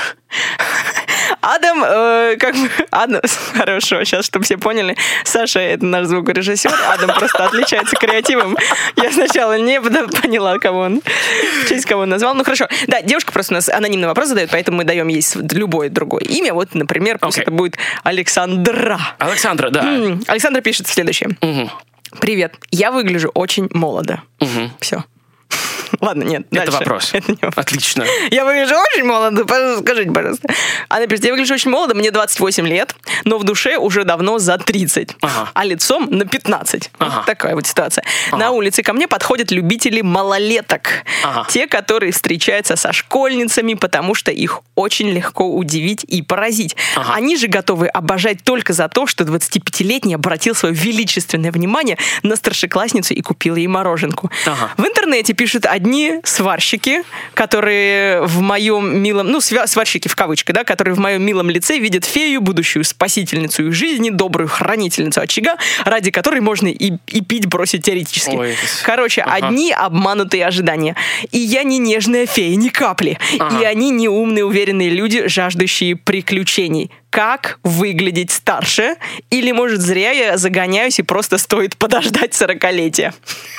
Адам, э, как бы, Адам, хорошо, сейчас, чтобы все поняли, Саша — это наш звукорежиссер, Адам просто отличается креативом. Я сначала не поняла, кого он, в честь кого он назвал. Ну, хорошо. Да, девушка просто у нас анонимный вопрос задает, поэтому мы даем ей с- любое другое имя. Вот, например, пусть Окей. это будет Александра. Александра, да. М, Александра пишет следующее. Мгм. Привет, я выгляжу очень молодо. Мгм. Все. Ладно, нет, Это дальше. вопрос. Это не вопрос. Отлично. Я выгляжу очень молодо, пожалуйста, скажите, пожалуйста. Она пишет, я выгляжу очень молодо, мне двадцать восемь лет, но в душе уже давно за тридцать, Ага. а лицом на пятнадцать. Ага. Вот такая вот ситуация. Ага. На улице ко мне подходят любители малолеток. Ага. Те, которые встречаются со школьницами, потому что их очень легко удивить и поразить. Ага. Они же готовы обожать только за то, что двадцатипятилетний обратил свое величественное внимание на старшеклассницу и купил ей мороженку. Ага. В интернете пишут одни сварщики, которые в моем милом, ну, свя- сварщики в кавычках, да, которые в моем милом лице видят фею, будущую спасительницу их жизни, добрую хранительницу очага, ради которой можно и, и пить бросить теоретически. Ой. Короче, Ага. одни обманутые ожидания. И я не нежная фея, ни капли. Ага. И они не умные, уверенные люди, жаждущие приключений. Как выглядеть старше? Или, может, зря я загоняюсь и просто стоит подождать сорокалетия?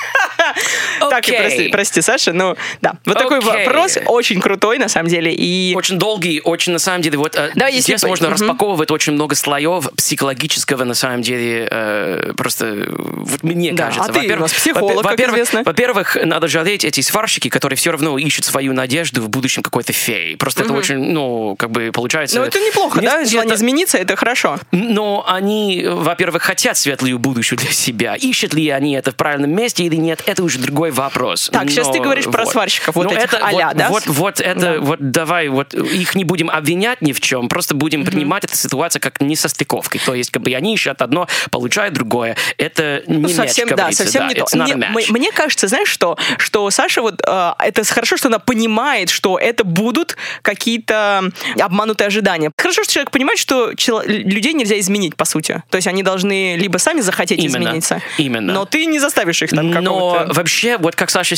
Так, Окей. прости, прости, Саша, ну да. Вот такой Окей. вопрос очень крутой, на самом деле. И Очень долгий, очень, на самом деле, вот э, Да, если здесь по- можно Мгм. распаковывать очень много слоев психологического, на самом деле, э, просто, э, вот мне Да, кажется. а ты у нас психолог, как во-первых, известно. Во-первых, надо жалеть эти сварщики, которые все равно ищут свою надежду в будущем какой-то феи. Просто это очень, ну, как бы получается... ну, это неплохо, Нет, да? Желание это- измениться, это хорошо. Но они, во-первых, хотят светлую будущую для себя. Ищут ли они это в правильном месте или нет, это уже другой вопрос. Так, сейчас Но ты говоришь про вот. сварщиков, вот Ну, этих это, а-ля, вот, да? Вот, вот это, Да. вот давай, вот их не будем обвинять ни в чем, просто будем принимать эту ситуацию как несостыковкой. То есть, как бы они ищут одно, получают другое. Это не Ну, мяч, совсем, да, говорится, совсем да, не то. it's not Мне, a match. м- мне кажется, знаешь что, что Саша вот, э, это хорошо, что она понимает, что это будут какие-то обманутые ожидания. Хорошо, что человек понимает, что чело- людей нельзя изменить, по сути. То есть они должны либо сами захотеть Именно, измениться, именно. но ты не заставишь их там Но какого-то... вообще, вот как Саша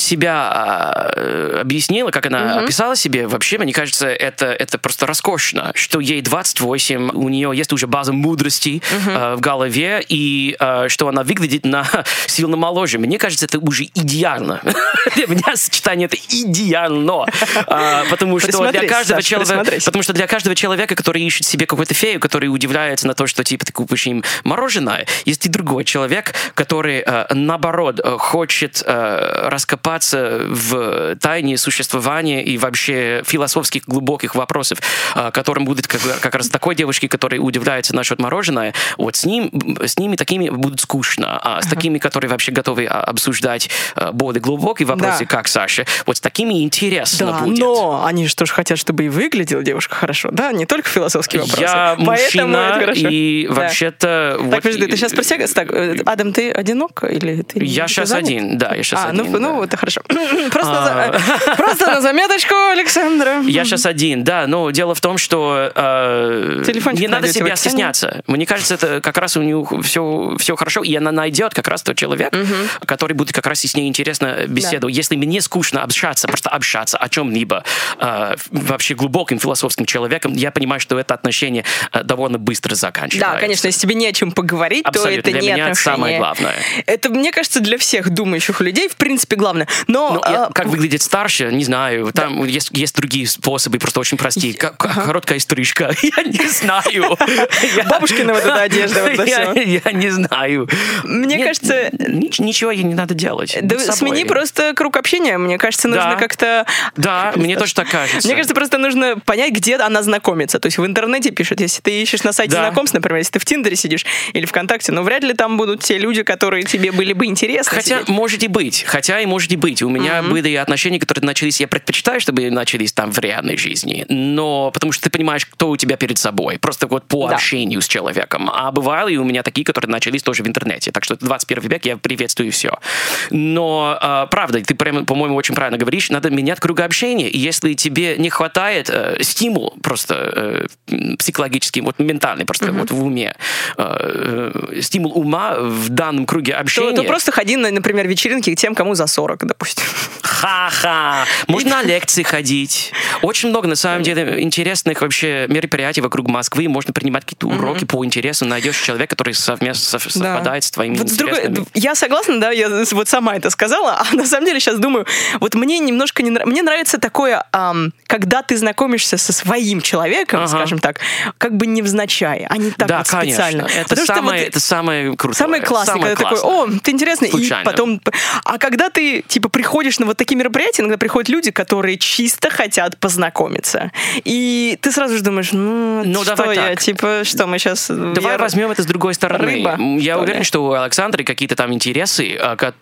себя э, объяснила, как она описала себе, вообще, мне кажется, это, это просто роскошно, что ей двадцать восемь, у нее есть уже база мудрости э, в голове, и э, что она выглядит на сильно моложе. Мне кажется, это уже идеально. Для меня сочетание это идеально. А, Потому что для Присмотрись, каждого Саш, человека, присмотрись. потому что для каждого человека, который ищет себе какую-то фею, который удивляется на то, что типа ты купишь им мороженое, есть и другой человек, который э, наоборот э, хочет э, раскопаться в тайне существования и вообще философских глубоких вопросов, э, которым будет как, как раз такой девушки, которые удивляются насчет мороженого. Вот с ним, с ними такими будет скучно, а с такими, которые вообще готовы а, обсуждать э, более глубокие вопросы, Да. как Саша, вот с такими интересно Да, будет. но они же тоже хотят, чтобы и выглядела девушка хорошо, да, не только философские вопросы. Я Поэтому мужчина, это хорошо. и Да. вообще-то... Так, вот подожди, ты и- сейчас про себя... Так, э, Адам, ты одинок? Или ты Я ты сейчас занят? один, да, я сейчас а, один. ну, да. ну, это хорошо. Просто, на А. за- просто на заметочку, Александра. Я сейчас один, да, но дело в том, что э, Телефончик не надо найдете в себя описании. стесняться. Мне кажется, это как раз у нее все, все хорошо, и она найдет как раз тот человек, который будет как раз и с ней интересно беседовать. Если мне скучно общаться, просто общаться о чем-либо э, вообще глубоким философским человеком, я понимаю, что это отношение отношения довольно быстро заканчиваются. Да, конечно, если тебе не о чем поговорить, Абсолютно. то это для не меня отношения. Это самое главное. Это, мне кажется, для всех думающих людей, в принципе, главное. Но, ну, а... я, как выглядит старше, не знаю. Там да. есть, есть другие способы, просто очень простые. Как, ага. Короткая стрижка. Я не знаю. Бабушкина вот эта одежда. Вот я, я не знаю. Мне Нет, кажется... Ничего ей не надо делать. Да смени просто круг общения. Мне кажется, нужно да. как-то... Да, мне тоже так кажется. Мне кажется, просто нужно понять, где она знакомится. То есть в интернете пишет, если ты ищешь на сайте да. знакомств, например, если ты в Тиндере сидишь или ВКонтакте, ну вряд ли там будут те люди, которые тебе были бы интересны. Хотя сидеть. может и быть. Хотя и может и быть. У меня mm-hmm. были отношения, которые начались, я предпочитаю, чтобы начались там в реальной жизни. Но потому что ты понимаешь, кто у тебя перед собой. Просто вот по да. общению с человеком. А бывало и у меня такие, которые начались тоже в интернете. Так что это двадцать первый век, я приветствую все. Но э, правда, ты прямо, по-моему, очень правильно говоришь, надо менять круг общения. И если тебе не хватает э, стимул просто э, психологический, вот ментальный просто mm-hmm. вот в уме, э, э, стимул ума в данном круге общения. То, то просто ходи на, например, вечеринки к тем, кому за сорок, допустим. Ха-ха! Можно на лекции ходить. Очень много, на самом деле, интересных вообще мероприятий вокруг Москвы. Можно принимать какие-то уроки mm-hmm. по интересу. Найдешь человека, который совместно совпадает да. с твоими вот интересами. Другой, я согласна, да, я вот сама это сказала, а на самом деле сейчас думаю, вот мне немножко не нравится, мне нравится такое, эм, когда ты знакомишься со своим человеком, ага. скажем так, как бы невзначай, а не так да, вот специально. Конечно. Это самое, вот, это самое крутое. Самое классное, самое когда классное. Такой, о, ты интересный, случайно. И потом... А когда ты, типа, приходишь на вот такие мероприятия, иногда приходят люди, которые чисто хотят познакомиться, и ты сразу же думаешь, ну, ну что я, так. типа, что мы сейчас... Давай я... возьмем это с другой стороны. Рыба, я что уверен, ли? что у Александры какие-то там интересы,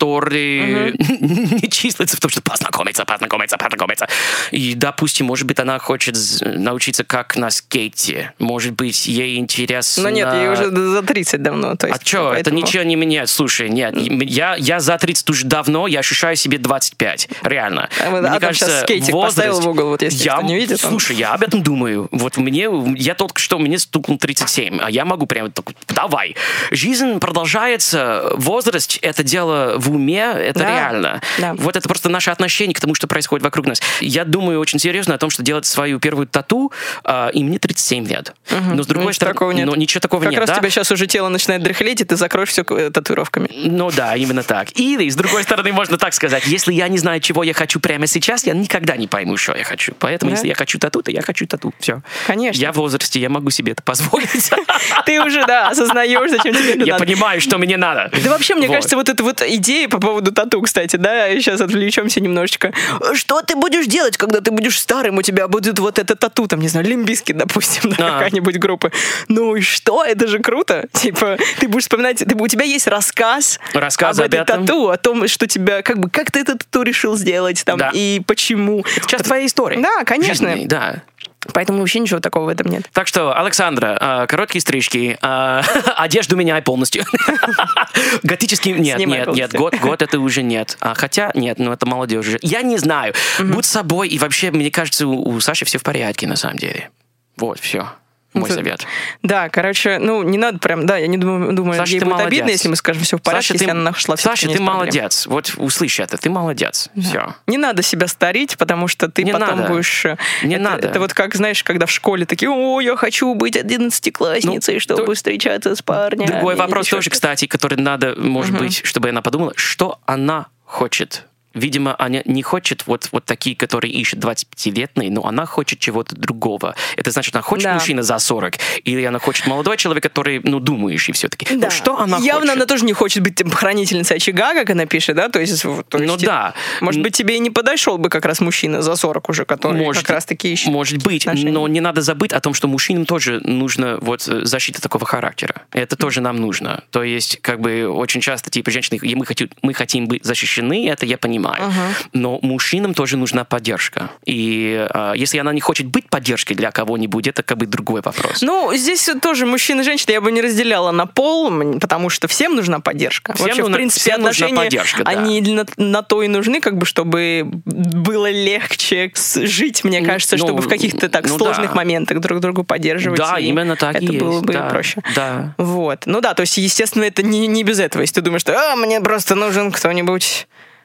которые угу. не числятся в том, что познакомиться, познакомиться, познакомиться. И, допустим, может быть, она хочет научиться как на скейте. Может быть, ей интересно... Ну нет, ей уже за тридцать давно. То есть, а что, поэтому... это ничего не меняет. Слушай, нет, mm. я, я за тридцать уже давно, я ощущаю себе двадцать пять. Реально. А вот, мне а кажется, скейтик возраст... поставил в угол, вот если я... кто не видит. Слушай, он... я об этом думаю. Вот мне, я только что, мне стукнул тридцать семь, а я могу прямо так, давай. Жизнь продолжается, возраст — это дело в уме, это да. реально. Да. Вот это просто наше отношение к тому, что происходит вокруг нас. Я думаю очень серьезно о том, что делать свою первую тату, а, и мне тридцать семь лет. Угу. Но с другой ничего стороны... Такого нет. Но ничего такого как нет, раз да? тебя сейчас уже тело начинает дряхлеть, и ты закроешь все татуировками. Ну да, именно так. Или, с другой стороны, можно так сказать, если я не знаю, чего я хочу прямо сейчас, я никогда не пойму, что я хочу. Поэтому, да? если я хочу тату, то я хочу тату. Все. Конечно. Я в возрасте, я могу себе это позволить. Ты уже, да, осознаешь, зачем тебе это Я надо. понимаю, что мне надо. Да вообще, мне кажется, вот эта вот идея по поводу тату, кстати, да, сейчас отвлечемся немножечко. Что ты будешь делать, когда ты будешь старым, у тебя будет вот это тату, там, не знаю, Лимп Бизкит, допустим, да, какая-нибудь группа. Ну и что? Это же круто. Типа, ты будешь вспоминать, ты, у тебя есть рассказ, рассказ об этой тату, о том, что тебя, как бы, как ты это тату решил сделать, там, да. и почему. Это часть твоей истории. Да, конечно. Жизненной, да. Поэтому вообще ничего такого в этом нет. Так что, Александра, короткие стрижки, одежду меняй полностью. Готический... Нет, нет, нет, год, год это уже нет. Хотя, нет, ну это молодежь уже. Я не знаю. Будь собой, и вообще, мне кажется, у Саши все в порядке, на самом деле. Вот, все. Мой совет. Да, короче, ну, не надо прям, да, я не думаю, думаю Саша, ей будет молодец. обидно, если мы скажем все в порядке, Саша, если ты, она нашла все. Саша, ты молодец. Вот услышь это, ты молодец. Да. Все. Не надо себя старить, потому что ты не потом надо. будешь... Не это, надо. Это вот как, знаешь, когда в школе такие, о, я хочу быть одиннадцатиклассницей, ну, чтобы то... встречаться с парнем. Другой вопрос тоже, кстати, который надо, может угу. быть, чтобы она подумала, что она хочет. Видимо, она не хочет вот, вот такие, которые ищут двадцатипятилетние, но она хочет чего-то другого. Это значит, она хочет да. мужчина за сорок, или она хочет молодой человек, который, ну, думающий все-таки. Да. Ну, что она Явно хочет? Она тоже не хочет быть хранительницей очага, как она пишет, да? То есть, то ну есть, да. Может быть, тебе и не подошел бы как раз мужчина за сорок уже, который может, как раз-таки ищет. Может быть, отношения. Но не надо забыть о том, что мужчинам тоже нужно вот защита такого характера. Это тоже нам нужно. То есть, как бы, очень часто, типа, женщины, мы хотим, мы хотим быть защищены, это я понимаю. Uh-huh. Но мужчинам тоже нужна поддержка. И э, если она не хочет быть поддержкой для кого-нибудь, это как бы другой вопрос. Ну, здесь тоже мужчина и женщина я бы не разделяла на пол, потому что всем нужна поддержка. Всем Вообще, нужна, в принципе, всем отношения, нужна поддержка, да. они на, на то и нужны, как бы, чтобы было легче жить, мне кажется, ну, чтобы в каких-то так ну, сложных да. моментах друг другу поддерживать. Да, именно так это и есть. Это было бы да, проще. Да. Вот. Ну да, то есть, естественно, это не, не без этого. Если ты думаешь, что а, мне просто нужен кто-нибудь...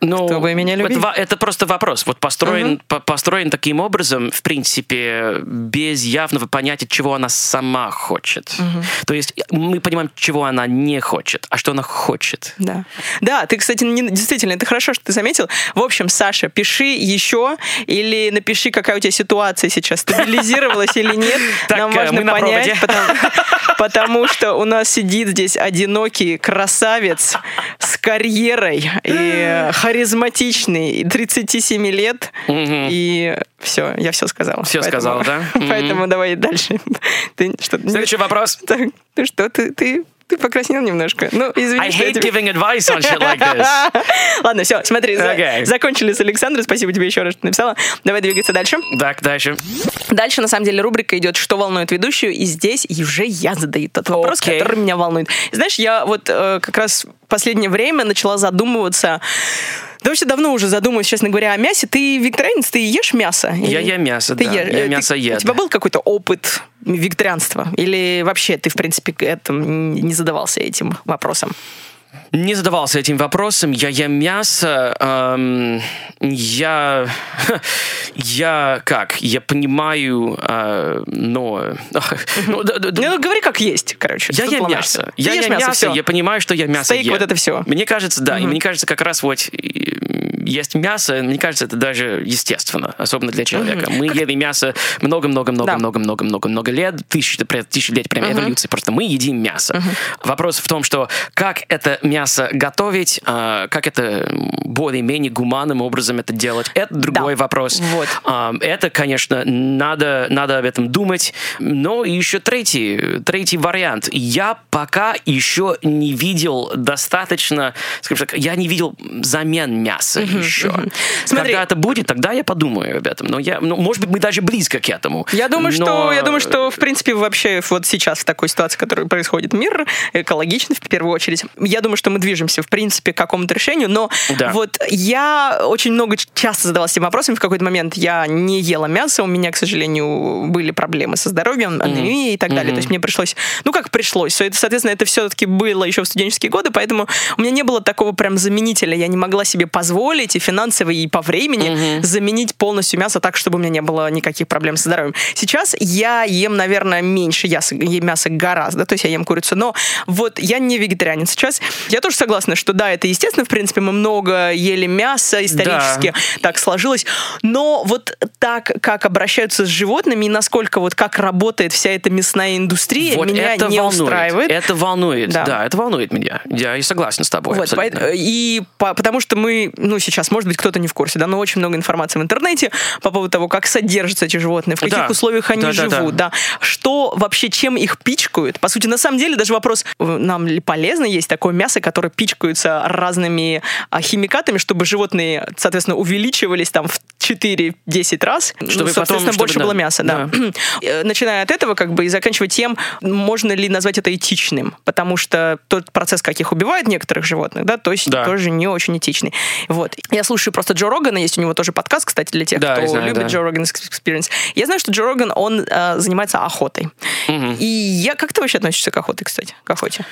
Ну, чтобы меня любить. Это, это просто вопрос. Вот построен, uh-huh. по, построен таким образом, в принципе, без явного понятия, чего она сама хочет. Uh-huh. То есть мы понимаем, чего она не хочет, а что она хочет. Да, да, ты, кстати, не, действительно, это хорошо, что ты заметил. В общем, Саша, пиши еще или напиши, какая у тебя ситуация сейчас, стабилизировалась или нет. Нам важно понять, потому что у нас сидит здесь одинокий красавец с карьерой и харизматичный, тридцати семи лет, mm-hmm. и все, я все сказала. Все поэтому, сказала, да? Поэтому mm-hmm. давай дальше. Ты, что, Следующий вопрос. Так, ты что, ты, ты, ты покраснел немножко. Ну, извини, I hate giving advice on shit like this. Ладно, все, смотри, okay. за, закончили с Александрой, спасибо тебе еще раз, что написала. Давай двигаться дальше. Так, дальше. Дальше, на самом деле, рубрика идет «Что волнует ведущую?», и здесь уже я задаю тот вопрос, okay. который меня волнует. Знаешь, я вот э, как раз в последнее время начала задумываться. Да вообще давно уже задумываюсь, честно говоря, о мясе. Ты вегетарианец, ты ешь мясо? Я ем мясо, ты да. Ешь? Я мясо ем. У тебя был какой-то опыт вегетарианства? Или вообще ты, в принципе, этим не задавался этим вопросом? Не задавался этим вопросом. Я ем мясо. Эм, я... Я как? Я понимаю, э, но... ну, ну, говори как есть, короче. Я ем мясо. Я ем мясо, я понимаю, что я мясо ем. Стейк, вот это все. Мне кажется, да. И мне кажется, как раз вот... есть мясо, мне кажется, это даже естественно, особенно для человека. Mm-hmm. Мы как... ели мясо много-много-много-много-много-много-много лет, тысячи, тысячи лет прям mm-hmm. эволюции, просто мы едим мясо. Mm-hmm. Вопрос в том, что как это мясо готовить, э, как это более-менее гуманным образом это делать, это другой да. вопрос. Вот. Э, это, конечно, надо, надо об этом думать. Но еще третий, третий вариант. Я пока еще не видел достаточно, скажем так, я не видел замен мяса. Mm-hmm. еще. Mm-hmm. Смотри, когда это будет, тогда я подумаю об этом. Но я, ну, может быть, мы даже близко к этому. Я думаю, но... что, я думаю, что, в принципе, вообще вот сейчас в такой ситуации, в которой происходит мир, экологичный в первую очередь, я думаю, что мы движемся, в принципе, к какому-то решению, но да. вот я очень много часто задавалась этим вопросом. В какой-то момент я не ела мясо, у меня, к сожалению, были проблемы со здоровьем, анемия mm-hmm. и так далее. Mm-hmm. То есть мне пришлось, ну как пришлось, соответственно, это все-таки было еще в студенческие годы, поэтому у меня не было такого прям заменителя, я не могла себе позволить и финансово, и по времени mm-hmm. заменить полностью мясо так, чтобы у меня не было никаких проблем со здоровьем. Сейчас я ем, наверное, меньше мяса, ем мяса гораздо, то есть я ем курицу, но вот я не вегетарианец. Сейчас я тоже согласна, что да, это естественно, в принципе, мы много ели мяса, исторически да. так сложилось, но вот так, как обращаются с животными и насколько вот как работает вся эта мясная индустрия, вот меня это не волнует. устраивает. Это волнует, да. да, это волнует меня. Я и согласен с тобой. Вот, по- и по- потому что мы, ну, сейчас, может быть, кто-то не в курсе, да, но очень много информации в интернете по поводу того, как содержатся эти животные, в каких да. условиях они да, живут, да, да. да, что вообще, чем их пичкают. По сути, на самом деле, даже вопрос, нам ли полезно есть такое мясо, которое пичкаются разными а, химикатами, чтобы животные, соответственно, увеличивались там в четыре-десять раз, чтобы, ну, соответственно, потом, больше чтобы, было да. мяса. Да. Да. Начиная от этого, как бы, и заканчивая тем, можно ли назвать это этичным, потому что тот процесс, как их убивают некоторых животных, да, то есть да. тоже не очень этичный. Вот. Я слушаю просто Джо Рогана, есть у него тоже подкаст, кстати, для тех, да, кто знаю, любит да. Джо Роган's Experience. Я знаю, что Джо Роган, он э, занимается охотой. Угу. И я... Как ты вообще относишься к охоте, кстати, к охоте?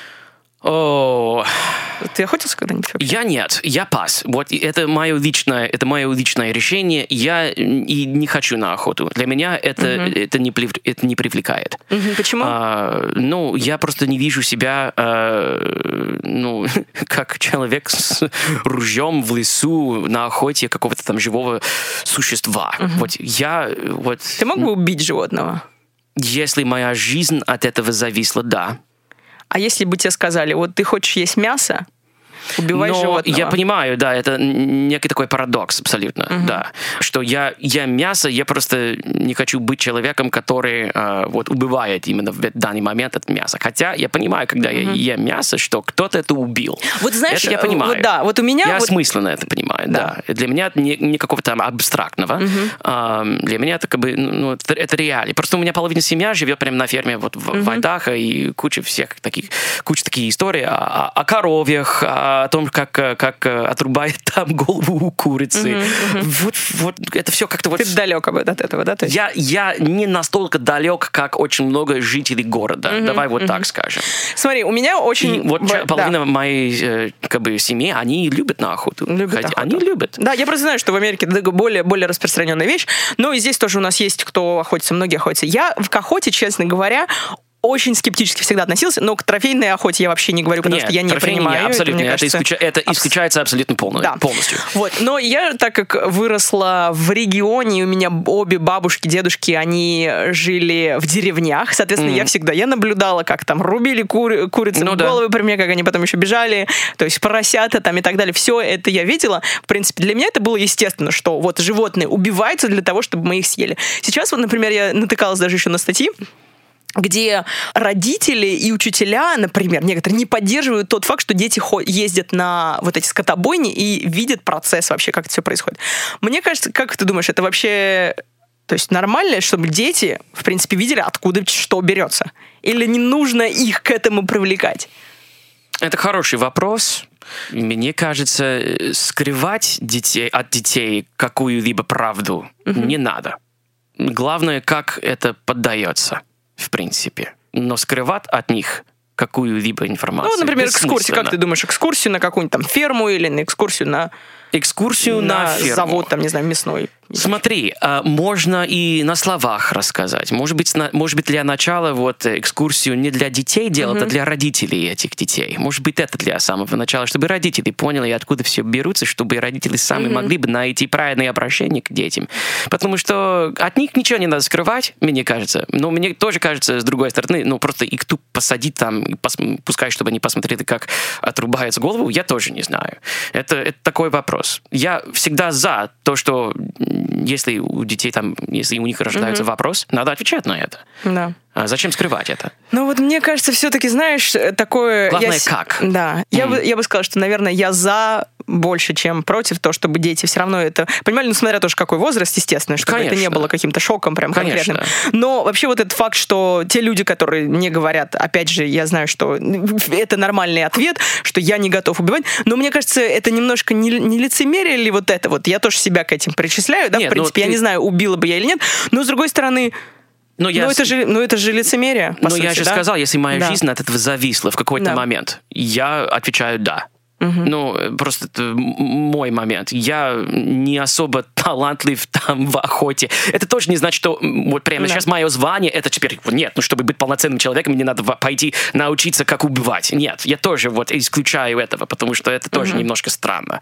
О, ты охотился когда-нибудь вообще? Я нет, я пас. Вот это мое личное, это мое личное решение. Я и не хочу на охоту. Для меня это uh-huh. это не это не привлекает. Uh-huh. Почему? А, ну, я просто не вижу себя, а, ну, как человек с ружьем в лесу на охоте какого-то там живого существа. Uh-huh. Вот я вот. Ты мог бы убить животного? Если моя жизнь от этого зависела, да. А если бы тебе сказали, вот ты хочешь есть мясо, убивай Но животного. Я понимаю, да, это некий такой парадокс абсолютно, uh-huh. да, что я ем мясо, я просто не хочу быть человеком, который э, вот убивает именно в данный момент это мясо. Хотя я понимаю, когда uh-huh. я ем мясо, что кто-то это убил. Вот знаешь, это я понимаю. Вот, да, вот у меня... Я вот... осмысленно это понимаю, да. да. Для меня это не, не какого-то там абстрактного. Uh-huh. Э, для меня это как бы, ну, это, это реально. Просто у меня половина семьи живет прямо на ферме вот в, uh-huh. в Айдахо, и куча всех таких, куча таких историй о, о коровьях, о о том, как, как отрубает там голову у курицы. Mm-hmm, mm-hmm. Вот, вот это все как-то вот... Ты далек от этого, да? То есть... я, я не настолько далек, как очень много жителей города. Mm-hmm, Давай вот mm-hmm. так скажем. Смотри, у меня очень... И вот Б... половина да. моей как бы, семьи, они любят на охоту. Любят охоту. Они любят. Да, я просто знаю, что в Америке более, более распространенная вещь, но и здесь тоже у нас есть, кто охотится, многие охотятся. Я к охоте, честно говоря, очень скептически всегда относился, но к трофейной охоте я вообще не говорю, потому Нет, что я не принимаю. Нет, абсолютно. Это, кажется, исключа... это абс... исключается абсолютно полностью. Да. полностью. Вот. Но я, так как выросла в регионе, у меня обе бабушки, дедушки, они жили в деревнях, соответственно, mm-hmm. я всегда, я наблюдала, как там рубили кури... курицы ну, в головы да. при мне, как они потом еще бежали, то есть поросята там и так далее. Все это я видела. В принципе, для меня это было естественно, что вот животные убиваются для того, чтобы мы их съели. Сейчас вот, например, я натыкалась даже еще на статьи, где родители и учителя, например, некоторые не поддерживают тот факт, что дети ездят на вот эти скотобойни и видят процесс вообще, как это все происходит. Мне кажется, как ты думаешь, это вообще... То есть нормально, чтобы дети, в принципе, видели, откуда что берется? Или не нужно их к этому привлекать? Это хороший вопрос. Мне кажется, скрывать детей, от детей какую-либо правду mm-hmm. не надо. Главное, как это поддается. В принципе. Но скрывать от них какую-либо информацию. Ну, например, экскурсию. Как ты думаешь, экскурсию на какую-нибудь там ферму или на экскурсию на... Экскурсию на, на ферму. Завод, там, не знаю, мясной. Смотри, можно и на словах рассказать. Может быть, на, может быть для начала вот экскурсию не для детей делать, mm-hmm. а для родителей этих детей. Может быть, это для самого начала, чтобы родители поняли, откуда все берутся, чтобы родители сами mm-hmm. могли бы найти правильное обращение к детям. Потому что от них ничего не надо скрывать, мне кажется. Но мне тоже кажется, с другой стороны, ну, просто их тут посадить там, и пос, пускай, чтобы они посмотрели, как отрубается голову, я тоже не знаю. Это, это такой вопрос. Я всегда за то, что если у детей там, если у них рождается mm-hmm. вопрос, надо отвечать на это. Да. А зачем скрывать это? Ну вот мне кажется, все-таки, знаешь, такое... Главное, я... как. Да. Mm-hmm. Я, бы, я бы сказала, что, наверное, я за больше, чем против, то, чтобы дети все равно это... Понимали, ну, смотря тоже какой возраст, естественно, чтобы Конечно. Это не было каким-то шоком прям Конечно. конкретным. Но вообще вот этот факт, что те люди, которые мне говорят, опять же, я знаю, что это нормальный ответ, что я не готов убивать, но мне кажется, это немножко не, не лицемерие ли вот это вот? Я тоже себя к этим причисляю, да, нет, в принципе, я ты... не знаю, убила бы я или нет, но, с другой стороны... Но я... это же, ну, это же лицемерие, по Но сути, я же да? сказал, если моя да. жизнь от этого зависла в какой-то да. момент, я отвечаю «да». Uh-huh. Ну, просто это мой момент. Я не особо талантлив там в охоте. Это тоже не значит, что вот прямо да. сейчас мое звание, это теперь... Нет, ну, чтобы быть полноценным человеком, мне надо пойти научиться, как убивать. Нет, я тоже вот исключаю этого, потому что это тоже uh-huh. немножко странно.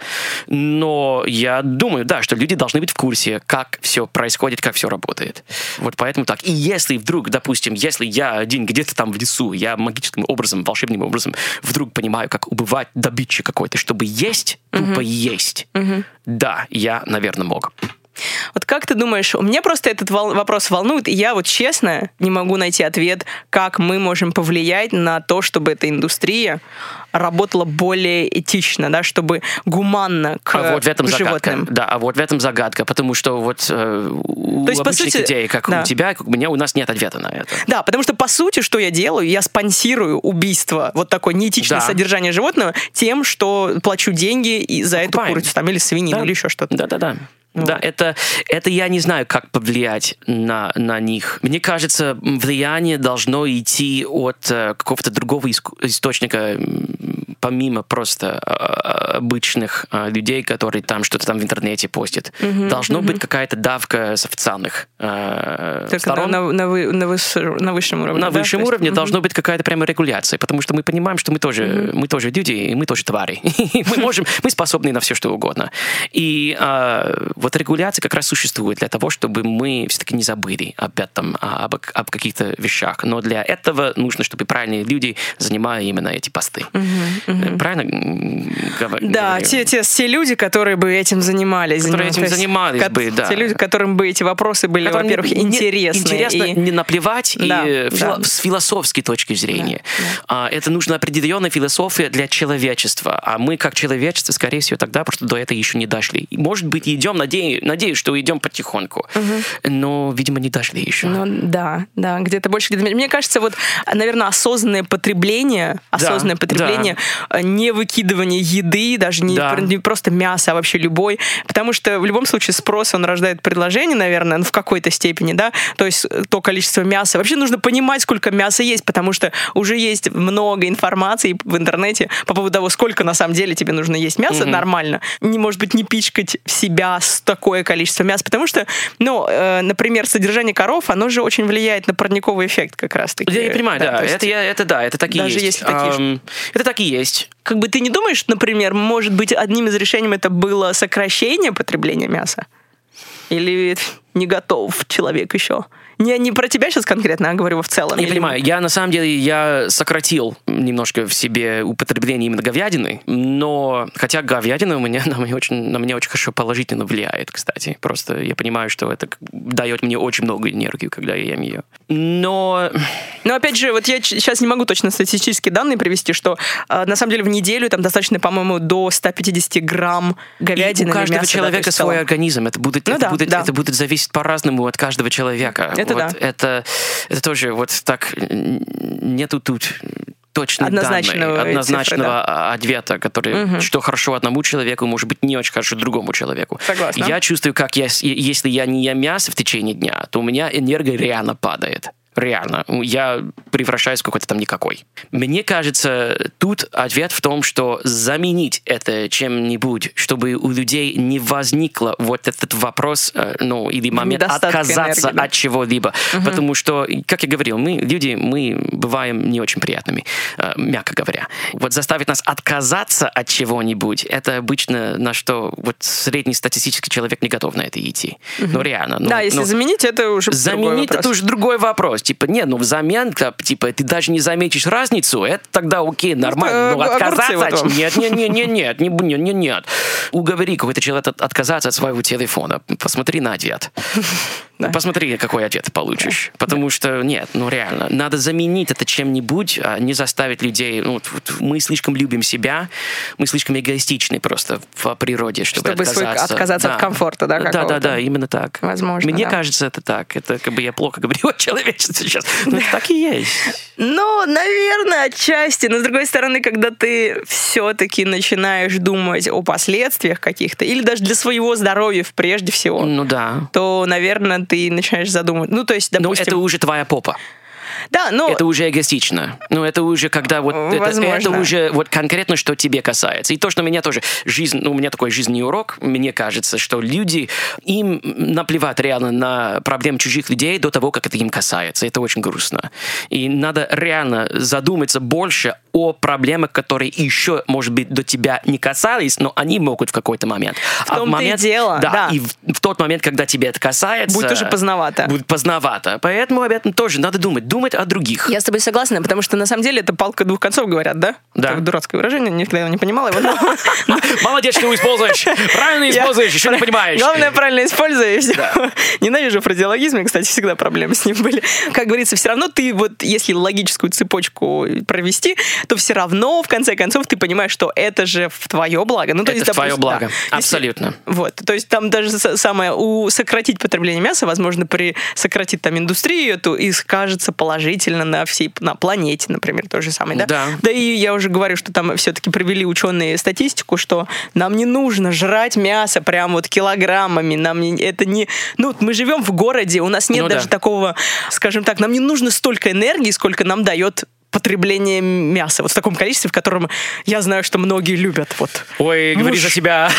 Но я думаю, да, что люди должны быть в курсе, как все происходит, как все работает. Вот поэтому так. И если вдруг, допустим, если я один где-то там в лесу, я магическим образом, волшебным образом вдруг понимаю, как убивать добытчика какой-то, чтобы есть, тупо uh-huh. есть. Uh-huh. Да, я, наверное, мог. Вот как ты думаешь, меня просто этот вол- вопрос волнует, и я вот честно не могу найти ответ, как мы можем повлиять на то, чтобы эта индустрия работала более этично, да, чтобы гуманно к а вот в этом животным. Загадка. Да, а вот в этом загадка, потому что вот э, у то есть, обычных сути, людей, как да. у тебя, как у меня, у нас нет ответа на это. Да, потому что, по сути, что я делаю? Я спонсирую убийство, вот такое неэтичное да. содержание животного тем, что плачу деньги за Покупаем. Эту курицу там, или свинину, да. или еще что-то. Да-да-да. Вот. Да, это, это я не знаю, как повлиять на, на них. Мне кажется, влияние должно идти от э, какого-то другого иск- источника, помимо просто э, обычных э, людей, которые там что-то там в интернете постят. Mm-hmm, Должно mm-hmm. быть какая-то давка с официальных э, сторон. На, на, вы, на, выс, на высшем уровне. На да? высшем есть, уровне mm-hmm. должна быть какая-то прямо регуляция, потому что мы понимаем, что мы тоже, mm-hmm. мы тоже люди, и мы тоже твари. мы можем, мы способны на все, что угодно. И э, вот регуляция как раз существует для того, чтобы мы все-таки не забыли об этом, об, об каких-то вещах. Но для этого нужно, чтобы правильные люди занимали именно эти посты. Uh-huh, uh-huh. Правильно говорю? Да, те, те, те люди, которые бы этим занимались. Которые этим занимались ко- бы, да. Те люди, которым бы эти вопросы были, которым во-первых, не, интересны. Интересно и... не наплевать да, и да. фило- с философской точки зрения. Да, да. А, это нужна определенная философия для человечества. А мы, как человечество, скорее всего, тогда просто до этого еще не дошли. И, может быть, идем, надеюсь, надеюсь, что идем потихоньку. Угу. Но, видимо, не дошли еще. Ну, да, да, где-то больше. Где-то... Мне кажется, вот, наверное, осознанное потребление, осознанное да, потребление не выкидывание еды, даже не, Да. не просто мясо, а вообще любой. Потому что в любом случае спрос, он рождает предложение, наверное, ну, в какой-то степени, да, то есть то количество мяса. Вообще нужно понимать, сколько мяса есть, потому что уже есть много информации в интернете по поводу того, сколько на самом деле тебе нужно есть мясо Мгм. нормально. Не, может быть, не пичкать себя с такое количество мяса, потому что, ну, э, например, содержание коров, оно же очень влияет на парниковый эффект как раз-таки. Я, я понимаю, да, то есть это, я- это да, это так и даже есть. если такие же- Ам, это так и есть. Как бы ты не думаешь, например, может быть, одним из решений это было сокращение потребления мяса? Или не готов человек еще? Не, не про тебя сейчас конкретно, а говорю в целом. Я Или- понимаю, я на самом деле я сократил немножко в себе употребление именно говядины, но хотя говядина у меня на меня очень, на меня очень хорошо положительно влияет, кстати. Просто я понимаю, что это дает мне очень много энергии, когда я ем ее. Но Но опять же, вот я сейчас не могу точно статистические данные привести, что э, на самом деле в неделю там достаточно, по-моему, до ста пятидесяти грамм говядины. и у или каждого мяса, да, то человека есть в свой целом. организм. Это будет, Ну это, да, будет, да. это будет зависеть по-разному от каждого человека. Это вот да. Это, это тоже вот так н- нету тут точных Однозначного данных, однозначного цифры, ответа, который, Мгм. что хорошо одному человеку, может быть не очень хорошо другому человеку. Согласна. Я чувствую, как я, с- если я не ем мясо в течение дня, то у меня энергия реально падает. Реально. Я превращаюсь в какой-то там никакой. Мне кажется, тут ответ в том, что заменить это чем-нибудь, чтобы у людей не возникло вот этот вопрос, э, ну, или момент Недостатка отказаться энергии, да. от чего-либо. Потому что, как я говорил, мы, люди, мы бываем не очень приятными, э, мягко говоря. Вот заставить нас отказаться от чего-нибудь, это обычно на что вот среднестатистический человек не готов на это идти. Ну, реально. Ну, Да, если ну, заменить, это уже другой Заменить вопрос. это уже другой вопрос. Типа, нет, ну взамен, как, типа, ты даже не заметишь разницу, это тогда окей, нормально. это Но огурцы отказаться вот от... вам. Нет, нет, нет, нет, нет, нет, нет, нет, нет. Уговори какой-то человек от- отказаться от своего телефона. Посмотри на ответ. Да. Посмотри, какой ответ ты получишь. Потому что, нет, ну реально, надо заменить это чем-нибудь, а не заставить людей... Ну, вот- вот мы слишком любим себя, мы слишком эгоистичны просто в природе, чтобы, Чтобы свой- отказаться. отказаться от комфорта, да, Да, да, какого-то? да, именно так. Возможно, Мне да. кажется, это так. Это как бы я плохо говорю о человечестве сейчас. Но это так и есть. Ну, наверное, отчасти. Но, с другой стороны, когда ты все-таки начинаешь думать о последствиях каких-то, или даже для своего здоровья прежде всего, Ну да. то, наверное, ты начинаешь задумывать. Ну, то есть, Но допустим... это уже твоя попа. Да, ну... Это уже эгоистично. Ну, это уже когда вот... Это, Возможно. это уже вот конкретно, что тебе касается. И то, что меня тоже... Жизнь, ну, у меня такой жизненный урок. Мне кажется, что люди... Им наплевать реально на проблемы чужих людей до того, как это им касается. Это очень грустно. И надо реально задуматься больше о проблемах, которые еще, может быть, до тебя не касались, но они могут в какой-то момент. В том-то и момент, дело, Да, да. и в, в тот момент, когда тебе это касается... Будет уже поздновато. Будет поздновато. Поэтому об этом тоже надо думать. Думать о других. Я с тобой согласна, потому что на самом деле это палка двух концов, говорят, да? Да. Это дурацкое выражение, никогда его не понимала его. но- Молодец, что используешь. Правильно Я- используешь, еще не понимаешь. Главное, правильно используй, и все. Ненавижу фразеологизм, кстати, всегда проблемы с ним были. Как говорится, все равно ты вот, если логическую цепочку провести, то все равно, в конце концов, ты понимаешь, что это же в твое благо. Ну, то Это есть, в твое допустим, благо. да. Если- Абсолютно. Вот, то есть там даже с- самое, у сократить потребление мяса, возможно, при сократить там индустрию эту, и скажется положительно на всей, на планете, например, то же самое, да? Да. Да и я уже говорю, что там все-таки провели ученые статистику, что нам не нужно жрать мясо прям вот килограммами, нам не, это не... Ну, мы живем в городе, у нас нет Ну даже да. такого, скажем так, нам не нужно столько энергии, сколько нам дает потребление мяса. Вот в таком количестве, в котором я знаю, что многие любят. Вот. Ой, говори Муж. за себя.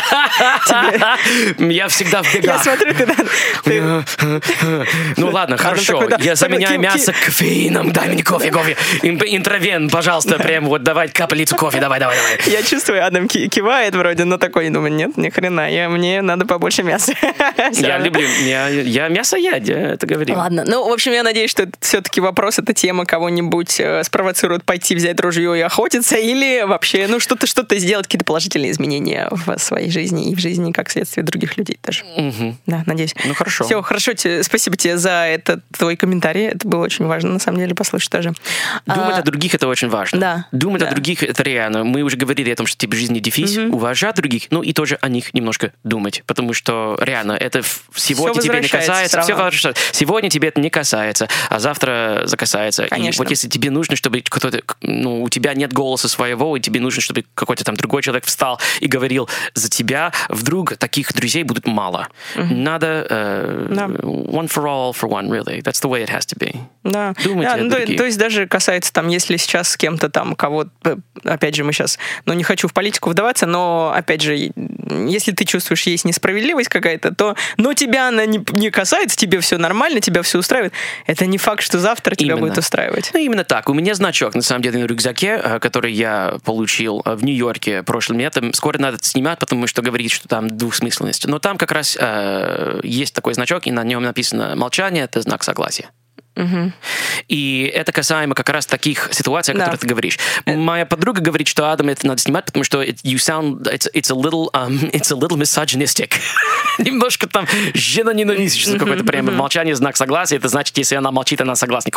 Я всегда в Я бегах. смотрю, ты, да, ты- Ну ладно, хорошо. такой, да, Я такой заменяю ки- мясо ки- кофеином. Дай мне кофе, кофе. Ин- Интровен, пожалуйста, прям вот давай капелицу кофе. Давай, давай, давай. Я чувствую, Адам ки- кивает вроде, но такой, думаю, нет, ни хрена, я, мне надо побольше мяса. Всё Я равно. люблю, я, я мясоед, я это говорил. Ладно, ну, в общем, я надеюсь, что это все-таки вопрос, эта тема кого-нибудь э, спровоцирует пойти взять ружье и охотиться, или вообще, ну, что-то что-то сделать, какие-то положительные изменения в своей жизни и в жизни, как следствие других людей тоже. Мгм. Да, надеюсь. Ну хорошо. Все, хорошо, тебе, спасибо тебе за этот твой комментарий, это было очень важно, на самом деле, послушать тоже. Думать А, о других это очень важно. да, Думать да. о других это реально. Мы уже говорили о том, что типа жизни дефис, уважать других, ну и тоже о них немножко думать, потому что реально это в, сегодня Всё тебе не касается, все равно. хорошо. Сегодня тебе это не касается, а завтра закасается. Конечно. И вот если тебе нужно, чтобы кто-то, ну, у тебя нет голоса своего, и тебе нужно, чтобы какой-то там другой человек встал и говорил за тебя, вдруг таких друзей будет мало. Mm-hmm. Надо uh, да. one for all, for one, really. That's the way it has to be. Да. Думайте да, о ну, то, то есть даже касается там, если сейчас с кем-то там, кого, опять же, мы сейчас, ну, не хочу в политику вдаваться, но, опять же, если ты чувствуешь, есть несправедливость какая-то, то, но тебя она не, не касается, тебе все нормально, тебя все устраивает, это не факт, что завтра тебя Именно. будет устраивать. Ну, именно так. У меня значок, на самом деле, на рюкзаке, который я получил в Нью-Йорке прошлым летом. Скоро надо снимать, потому что говорит, что там двусмысленность. Но там как раз э, есть такой значок, и на нем написано «молчание» — это знак согласия. Угу. И это касаемо как раз таких ситуаций, о да. которых ты говоришь. Моя подруга говорит, что Адам, это надо снимать, потому что it, you sound, it's, it's a little, um, it's a little misogynistic. Немножко там женоненавистничество какое-то прямо. Молчание — знак согласия. Это значит, если она молчит, она согласна.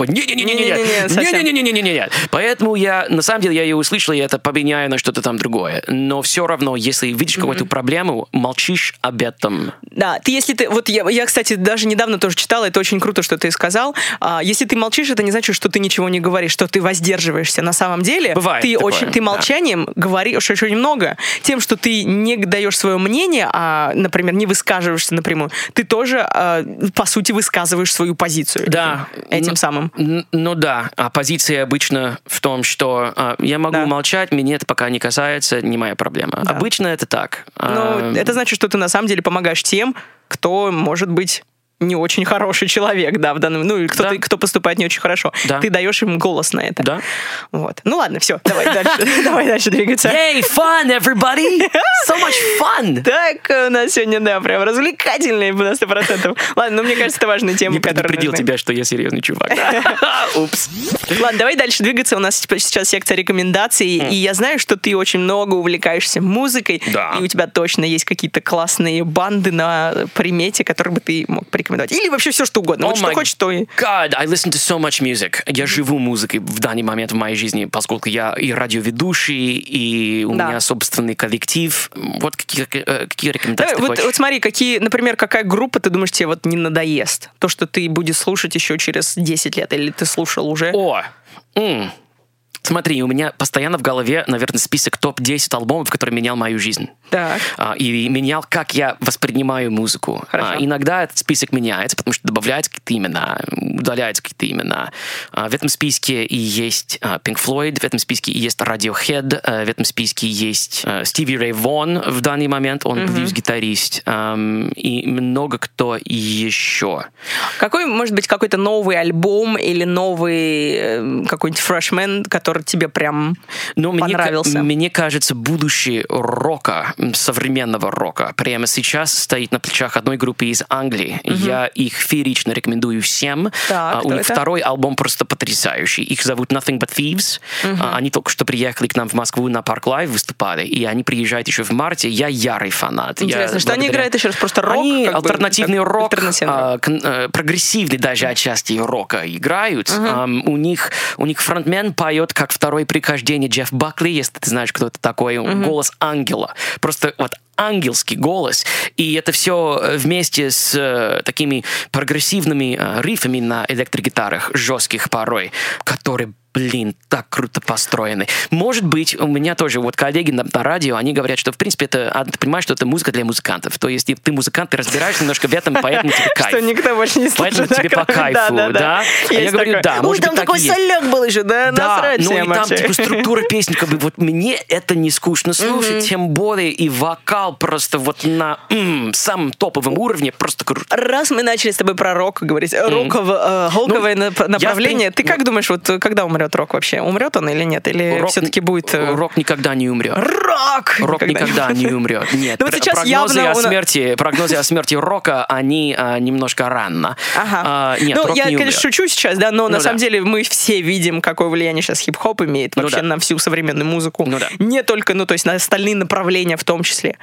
Не-не-не-не-не-не. Поэтому я, на самом деле, я ее услышал, и это поменяю на что-то там другое. Но все равно, если видишь какую-то проблему, молчишь об этом. Да, ты если ты... Вот я, я, кстати, даже недавно тоже читала, это очень круто, что ты сказал. Если ты молчишь, это не значит, что ты ничего не говоришь, что ты воздерживаешься. На самом деле, Бывает ты, такое, очень, ты молчанием да. говоришь очень много. Тем, что ты не даешь свое мнение, а, например, не высказываешься напрямую, ты тоже, по сути, высказываешь свою позицию. Да. Этим, этим ну, самым. Ну да, а позиция обычно в том, что а, я могу да. молчать, меня это пока не касается, не моя проблема. Да. Обычно это так. Ну, а, это значит, что ты на самом деле помогаешь тем, кто, может быть, не очень хороший человек, да, в данном, ну, кто, да. ты, кто поступает не очень хорошо. Да. Ты даешь им голос на это. Да. Вот. Ну ладно, все, давай дальше, давай дальше двигаться. Yay, fun, everybody! So much fun! Так, у нас сегодня, да, прям развлекательные на сто процентов. Ладно, ну, мне кажется, это важная тема, Не которая предупредил нужна. тебя, что я серьезный чувак. Упс. Ладно, давай дальше двигаться. У нас сейчас секция рекомендаций, и я знаю, что ты очень много увлекаешься музыкой, Да. и у тебя точно есть какие-то классные банды на примете, которые бы ты мог порекомендовать. Или вообще все, что угодно. Oh вот что хочешь, то и... God, I listen to so much music. Я живу музыкой в данный момент в моей жизни, поскольку я и радиоведущий, и у Да. меня собственный коллектив. Вот какие, какие рекомендации Давай, ты вот, хочешь? вот смотри, какие, например, какая группа, ты думаешь, тебе вот не надоест? То, что ты будешь слушать еще через десять лет, или ты слушал уже? О! М. Смотри, у меня постоянно в голове, наверное, список топ десять альбомов, который менял мою жизнь. Так. А, и менял, как я воспринимаю музыку. Хорошо. А, иногда этот список меняется, потому что добавляются какие-то имена, удаляются какие-то имена. А, в этом списке и есть а, Pink Floyd, в этом списке и есть Radiohead, а, в этом списке есть а, Стиви Рэй Вон в данный момент, он Мгм. блюз-гитарист, ам, и много кто еще. Какой, может быть, какой-то новый альбом или новый э, какой-нибудь фрешмен, который тебе прям Но мне, понравился? ка- мне кажется, будущее рока, м, современного рока, прямо сейчас стоит на плечах одной группы из Англии. Я их феерично рекомендую всем. Так, А, кто у них это? второй альбом просто потрясающий. Их зовут Nothing But Thieves. А, они только что приехали к нам в Москву на Парк Лайв, выступали, и они приезжают еще в марте. Я ярый фанат. Интересно, Я что они благодаря- играют еще раз? Просто рок? Они как бы, альтернативный как рок, альтернативный а, рок. кон- э, прогрессивный даже отчасти рока играют. Ам, у них у них фронтмен поет как второе прихождение Джефф Бакли, если ты знаешь, кто это такой, голос ангела. Просто вот ангельский голос, и это все вместе с э, такими прогрессивными э, рифами на электрогитарах, жестких порой, которые, блин, так круто построены. Может быть, у меня тоже вот коллеги на, на радио, они говорят, что, в принципе, это, а, ты понимаешь, что это музыка для музыкантов. То есть, если ты музыкант, ты разбираешься немножко в этом, поэтому тебе кайф. Что никто больше не слушает. Поэтому тебе по кайфу, да? А я говорю, да, Ой, может там быть, так такой и есть. солек был еще, да? Да, Насрать ну всем и там вообще. типа структура песни, как бы вот мне это не скучно слушать, тем более и вокал просто вот на м, самом топовом уровне просто круто. Раз мы начали с тобой про рок говорить, роково- э, роковое Ну, нап- направление, я в ты как думаешь, вот когда умрет рок вообще? Умрет он или нет? Или Рок- все-таки будет... э, Рок никогда не умрет. Рок! Рок никогда не умрет. Нет, Ну вот пр- сейчас прогнозы, явно о у на- смерти, прогнозы о смерти рока, они а, немножко рано. Ага. А, нет, ну, рок я, не конечно, умрет. шучу сейчас, да, но Ну на да. самом деле мы все видим, какое влияние сейчас хип-хоп имеет Ну вообще да. на всю современную музыку. Ну да. Не только, ну, то есть на остальные направления в том числе.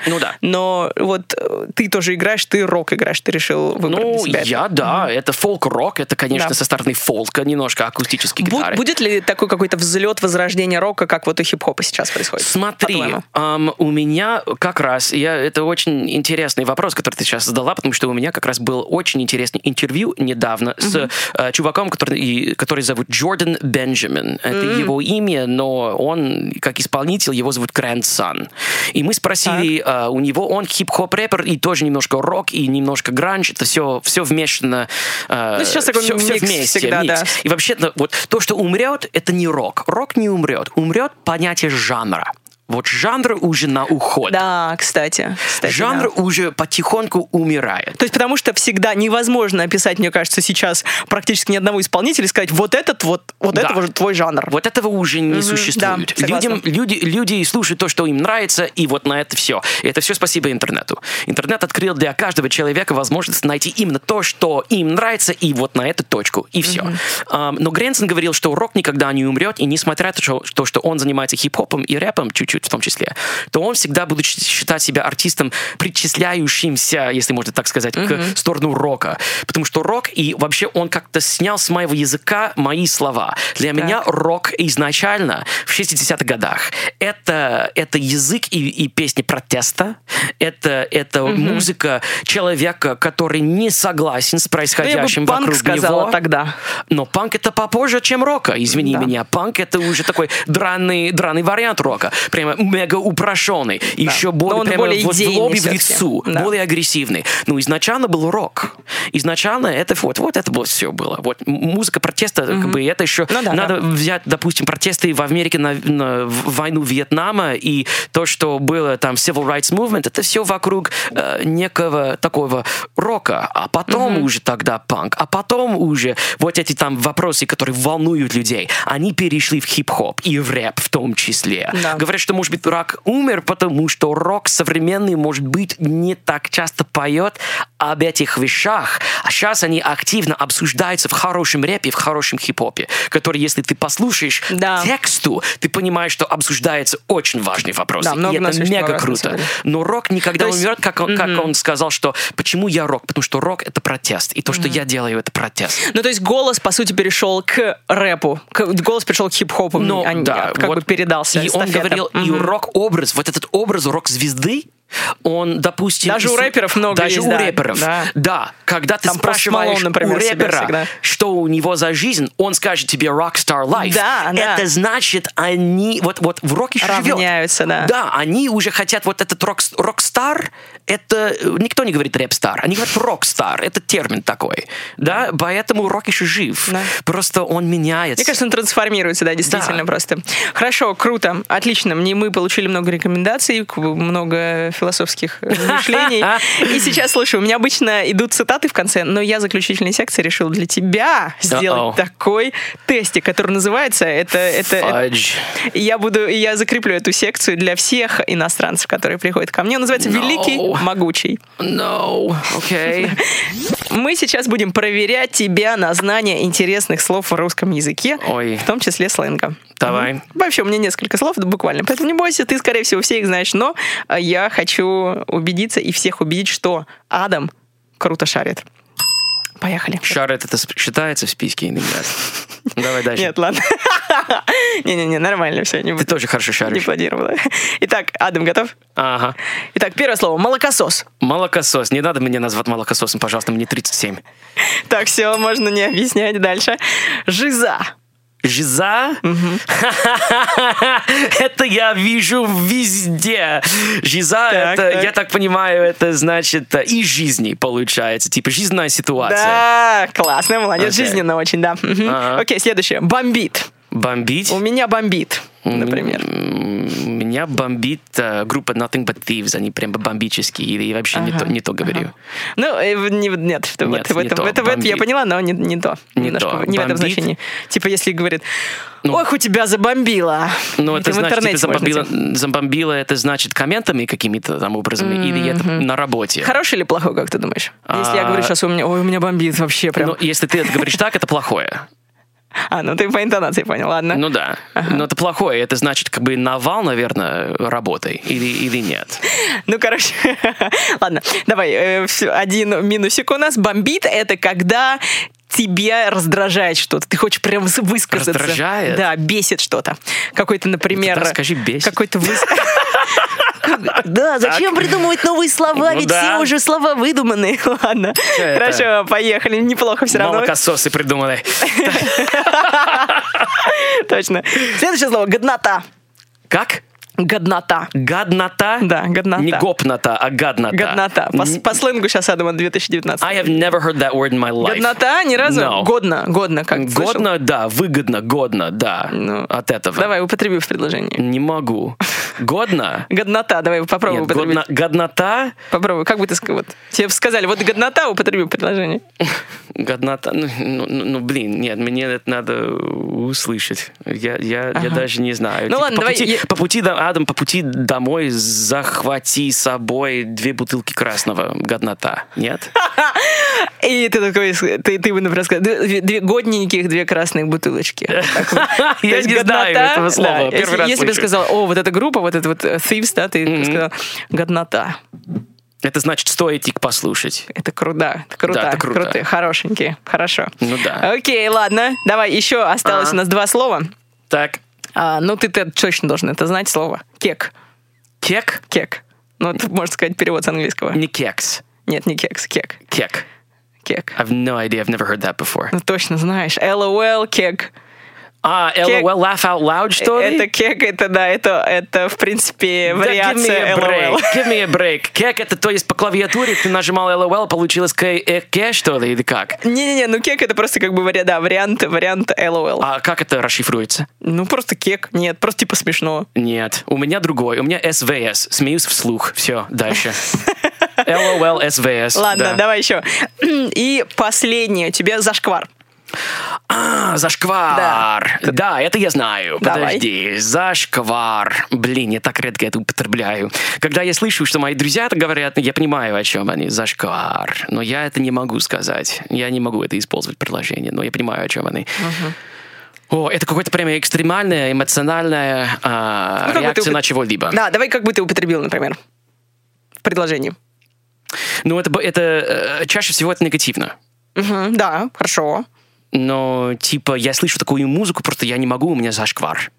Ну да. Но вот ты тоже играешь, ты рок играешь, ты решил выбрать Ну, для себя. я, да, это фолк-рок, это, конечно, Да. со стороны фолка, немножко акустической Бу- гитары. Будет ли такой какой-то взлет, возрождение рока, как вот у хип-хопа сейчас происходит? Смотри, по-твоему? ам, у меня как раз, я, это очень интересный вопрос, который ты сейчас задала, потому что у меня как раз был очень интересный интервью недавно с э, чуваком, который, и- который зовут Джордан Бенджамин. Это его имя, но он, как исполнитель, его зовут Grand Sun. И мы спросили э, у него, он хип-хоп-рэпер, и тоже немножко рок, и немножко гранж, это все, все вмешано. э, Ну, сейчас такой все, все микс вместе, всегда, микс. да. И вообще-то вот то, что умрет, это не рок. Рок не умрет. Умрет понятие жанра. Вот жанр уже на уход. Да, кстати. кстати Жанр да. уже потихоньку умирает. То есть потому что всегда невозможно описать, мне кажется, сейчас практически ни одного исполнителя и сказать, вот этот вот, вот Да. это вот твой жанр. Вот этого уже не Мгм, существует. да, согласна. Людям, люди, люди слушают то, что им нравится, и вот на это все. И это все спасибо интернету. Интернет открыл для каждого человека возможность найти именно то, что им нравится, и вот на эту точку, и все. Но Грэнсон говорил, что рок никогда не умрет, и несмотря на то, что он занимается хип-хопом и рэпом, чуть-чуть в том числе, то он всегда будет считать себя артистом, причисляющимся, если можно так сказать, к сторону рока. Потому что рок, и вообще он как-то снял с моего языка мои слова. Для меня рок изначально в шестидесятых годах это, это язык и, и песни протеста, это, это музыка человека, который не согласен с происходящим Ну, я бы панк вокруг сказала него. тогда. Но панк это попозже, чем рока, извини Да. меня. Панк это уже такой драный, драный вариант рока, прямо мега упрощенный, еще Но более, он прямо более вот в идейный лобби в всё-таки. лицу, Да. более агрессивный. Ну, изначально был рок. Изначально это вот, вот это вот все было. Вот м- музыка протеста, как бы это еще Ну да, надо взять, допустим, протесты в Америке на, на в- войну Вьетнама и то, что было там Civil Rights Movement, это все вокруг э, некого такого рока, а потом уже тогда панк, а потом уже вот эти там вопросы, которые волнуют людей, они перешли в хип-хоп и в рэп в том числе. Да. Говорят, что, может быть, рок умер, потому что рок современный, может быть, не так часто поет об этих вещах, а сейчас они активно обсуждаются в хорошем рэпе, в хорошем хип-хопе, который, если ты послушаешь Да. тексту, ты понимаешь, что обсуждается очень важный вопрос. Да, много и это насущного мега раз, на круто. самом деле. Но рок никогда То не есть- умрет, как он, как он сказал, что почему я рок? Потому что рок — это протест. И то, что я делаю, это протест. Ну, то есть голос, по сути, перешел к рэпу. К- голос перешел к хип-хопу. Но, а не- да, как вот бы передался. И он эстафета. говорил, и Мгм. рок-образ, вот этот образ рок-звезды, он, допустим... Даже у если- рэперов много Даже есть, у да, рэперов. да. Да. Когда ты Там Post спрашиваешь Malone, например, у себя рэпера, всегда. что у него за жизнь, он скажет тебе rockstar life. Да, да. Это значит, они... Вот, вот в роке еще живет. Равняются, да. Да, они уже хотят вот этот рок, рок-стар, это... Никто не говорит рэп-стар, они говорят рок-стар, это термин такой. Да, поэтому рок еще жив. Да. Просто он меняется. Мне кажется, он трансформируется, да, действительно Да. просто. Хорошо, круто, отлично. Мне мы получили много рекомендаций, к- много философских размышлений. И сейчас, слушай, у меня обычно идут цитаты в конце, но я в заключительной секции решил для тебя сделать Uh-oh. такой тестик, который называется это это. это- Фадж. и я буду, и я закреплю эту секцию для всех иностранцев, которые приходят ко мне. Он называется No. «Великий могучий». No, окей. Мы сейчас будем проверять тебя на знание интересных слов в русском языке, Ой. в том числе сленга. Давай. Мгм. Вообще, у меня несколько слов, да, буквально. Поэтому не бойся, ты, скорее всего, все их знаешь. Но а, я хочу убедиться и всех убедить, что Адам круто шарит. Поехали. Шарит это сп- считается в списке или нет? Давай дальше. Нет, ладно. Не-не-не, нормально все. Не, Ты тоже хорошо не шаришь. планировала. Итак, Адам, готов? Ага. Итак, первое слово. Молокосос. Молокосос. Не надо меня назвать молокососом, пожалуйста, мне тридцать семь. Так, все, можно не объяснять дальше. Жиза. Жиза? Это я вижу везде. Жиза, Так, это, так. я так понимаю, это значит э, из жизни получается. Типа жизненная ситуация. Да, классно, молодец, Окей. жизненно очень, да. Мгм. Ага. Окей, следующее. Бомбит. Бомбить? У меня бомбит, например. М, Меня бомбит э, группа Nothing But Thieves. Они прям бомбические. И вообще не, Ага, то, не то говорю. ага. Ну, э, в- не, нет, в, Нет, вот, в, не этом, то, в, этом, в этом я бомбит. поняла, но не, не то. Не Немножко, то. не в этом Бомбит. значении. Типа, если говорит, Ну. ох, у тебя забомбило. Ну, это в значит, интернете типа, можно забомбило, найти. забомбило, это значит комментами какими-то там образами, или это на работе? Хороший или плохой, как ты думаешь? Если я А, говорю сейчас, у меня, ой, у меня бомбит вообще прям. Ну, если ты это говоришь так, это плохое. А, ну ты по интонации понял, ладно. Ну да. Ага. Но это плохое. Это значит, как бы навал, наверное, работай. Или, или нет. Ну, короче, ладно. Давай, э, один минусик у нас. Бомбит — это когда тебя раздражает что-то. Ты хочешь прям высказаться. Раздражает? Да, бесит что-то. Какой-то, например... Скажи, бесит. Какой-то выс... Да, зачем придумывать новые слова? Ведь все уже слова выдуманы. Ладно, хорошо, поехали. Неплохо все равно. Молокососы придумали. Точно. Следующее слово — годнота. Как? Годнота. Гаднота? Да, годнота. Не гопнота, а гаднота. Годнота. По, по сленгу сейчас, я думаю, две тысячи девятнадцатый. I have never heard that word in my life. Годнота? Ни разу? No. Годно. Годно, как ты слышал? Годно, да. Выгодно, годно, да. Ну, от этого. Давай, употреби в предложении. Не могу. Годно? Годнота, давай попробуй Нет, употребить. Годно, годнота? Попробуй, как бы ты сказал? Вот, тебе сказали, вот годнота, употреби в предложении. Годнота? Ну, ну, ну, блин, нет, мне это надо услышать. Я, я, ага. я даже не знаю. Ну типа, ладно, по давай... Пути, Я... По пути, Адам, по пути домой захвати с собой две бутылки красного. Годнота. Нет? И ты такой, ты, ты например, сказал, две годненьких, две красных бутылочки. Я не знаю этого слова. Первый раз Если бы сказал, о, вот эта группа, вот это вот Thieves, да, ты сказал, годнота. Это значит, стоит их послушать. Это круто, это круто, да, это круто. Крутые, хорошенькие, хорошо. Ну да. Окей, ладно, давай, еще осталось А-а. у нас два слова. Так. А, ну, ты, ты точно должен это знать слово. Кек. Кек? Кек. Ну, это, можно сказать, перевод с английского. Не кекс. Нет, не кекс, кек. Кек. Кек. I have no idea, I've never heard that before. Ну, точно знаешь. эл о эл, кек. А, эл о эл, laugh out loud, что ли? Это кек, это, да, это, это в принципе, вариация эл о эл. Give me a break. Кек, это то есть по клавиатуре ты нажимал эл о эл, получилось ке, что ли, или как? Не-не-не, ну кек это просто как бы вариант, да, вариант, вариант эл о эл. А как это расшифруется? Ну, просто кек. Нет, просто типа смешно. Нет, у меня другой. У меня эс ви эс. Смеюсь вслух. Все, дальше. эл о эл, эс ви эс. Ладно, давай еще. И последнее. У тебя зашквар. А, зашквар. Да. да, это я знаю. Давай. Подожди. Зашквар. Блин, я так редко это употребляю. Когда я слышу, что мои друзья это говорят, я понимаю, о чем они. Зашквар. Но я это не могу сказать. Я не могу это использовать в предложении, но я понимаю, о чем они. Угу. О, это какое-то прямо экстремальная, эмоциональная а, ну, реакция на уп... чего-либо. Да, давай как бы ты употребил, например, в предложении. Ну, это, это чаще всего это негативно. Угу, да, хорошо. Но, типа, я слышу такую музыку, просто я не могу, у меня зашквар.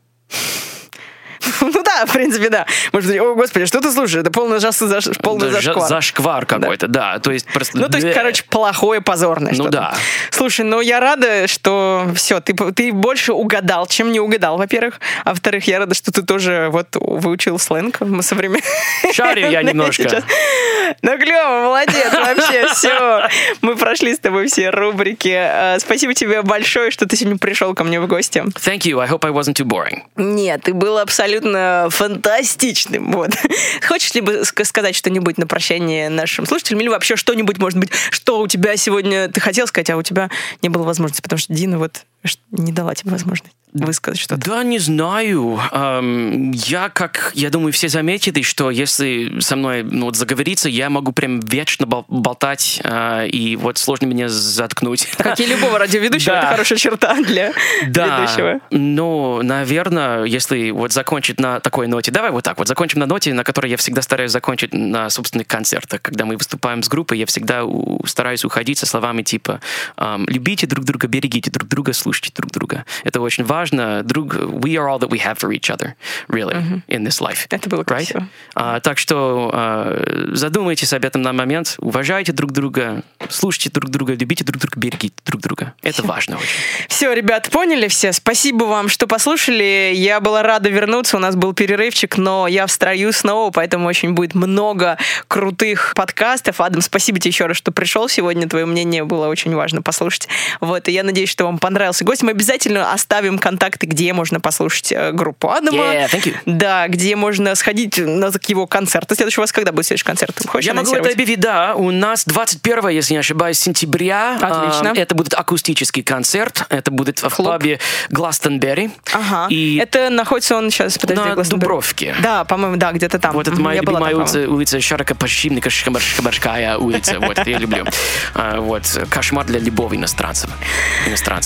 Ну да, в принципе, да. Может быть, о, господи, что ты слушаешь? Это полный, жас, заш, полный да, зашквар. Зашквар какой-то, да. да. То есть просто... Ну, то есть, короче, плохое, позорное ну, что-то. да. Слушай, ну я рада, что все, ты, ты больше угадал, чем не угадал, во-первых. А во-вторых, я рада, что ты тоже вот выучил сленг современный. Шарю я немножко. Ну, клево, молодец, вообще, все. Мы прошли с тобой все рубрики. Спасибо тебе большое, что ты сегодня пришел ко мне в гости. Thank you, I hope I wasn't too boring. Нет, ты был абсолютно фантастичным. Вот. Хочешь ли бы сказать что-нибудь на прощание нашим слушателям? Или вообще что-нибудь, может быть, что у тебя сегодня ты хотел сказать, а у тебя не было возможности, потому что Дина вот не дала тебе возможность высказать что-то. Да, не знаю. Um, я, как, я думаю, все заметили, что если со мной ну, вот, заговориться, я могу прям вечно бол- болтать, uh, и вот сложно меня заткнуть. Как и любого радиоведущего, да. Это хорошая черта для да. ведущего. Ну, наверное, если вот закончить на такой ноте, давай вот так вот, закончим на ноте, на которой я всегда стараюсь закончить на собственных концертах. Когда мы выступаем с группой, я всегда у- стараюсь уходить со словами типа um, «любите друг друга, берегите друг друга, слушайте друг друга». Это очень важно. Друг, we are all that we have for each other, really, mm-hmm. in this life. Это было красиво. Right? Uh, так что uh, задумайтесь об этом на момент, уважайте друг друга, слушайте друг друга, любите друг друга, берегите друг друга. Это Все. важно очень. Все, ребят, поняли все? Спасибо вам, что послушали. Я была рада вернуться, у нас был перерывчик, но я в строю снова, поэтому очень будет много крутых подкастов. Адам, спасибо тебе еще раз, что пришел сегодня. Твое мнение было очень важно послушать. Вот, и я надеюсь, что вам понравился гость. Мы обязательно оставим контакты, где можно послушать группу Адама. Yeah, thank you. Да, где можно сходить на его концерт. Следующий у вас когда будет следующий концерт? Хочешь Я могу это объявить, да. У нас двадцать первого, если не ошибаюсь, сентября. Отлично. Э, это будет акустический концерт. Это будет в Клуб. пабе Гластонберри. Ага. И это находится он сейчас, подожди, на Гластонберри. Дубровке. Да, по-моему, да, где-то там. Вот это Я моя была любимая там, улица, улица Широкопощипника, Шкабарская улица. Вот, это я люблю. Вот, кошмар для любого иностранца. Иностранца.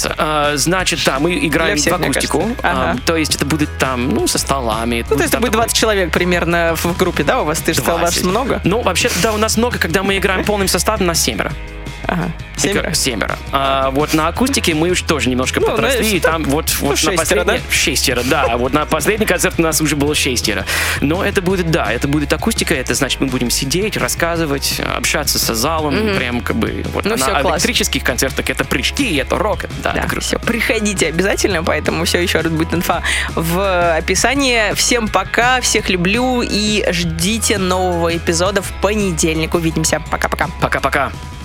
А, значит, да, мы играем всех, в акустику. Ага. А, то есть это будет там, ну, со столами. Ну, то есть это будет двадцать человек примерно в группе, да, у вас? Ты же сказал, вас много? Ну, вообще-то, да, у нас много, когда мы играем полным составом, на семеро. Ага. Семеро? Семеро. А, вот на акустике мы уж тоже немножко ну, подросли. Ну, и там вот, вот ну, на шестеро, последний... да? Шестеро, да. Вот на последний концерт у нас уже было шестеро. Но это будет, да, это будет акустика. Это значит, мы будем сидеть, рассказывать, общаться со залом. Mm-hmm. Прям как бы... Вот, ну, а все, на класс. электрических концертах это прыжки, это рок. Да, да, это круто. Все, приходите обязательно, поэтому все, еще раз будет инфа в описании. Всем пока, всех люблю и ждите нового эпизода в понедельник. Увидимся. Пока-пока. Пока-пока.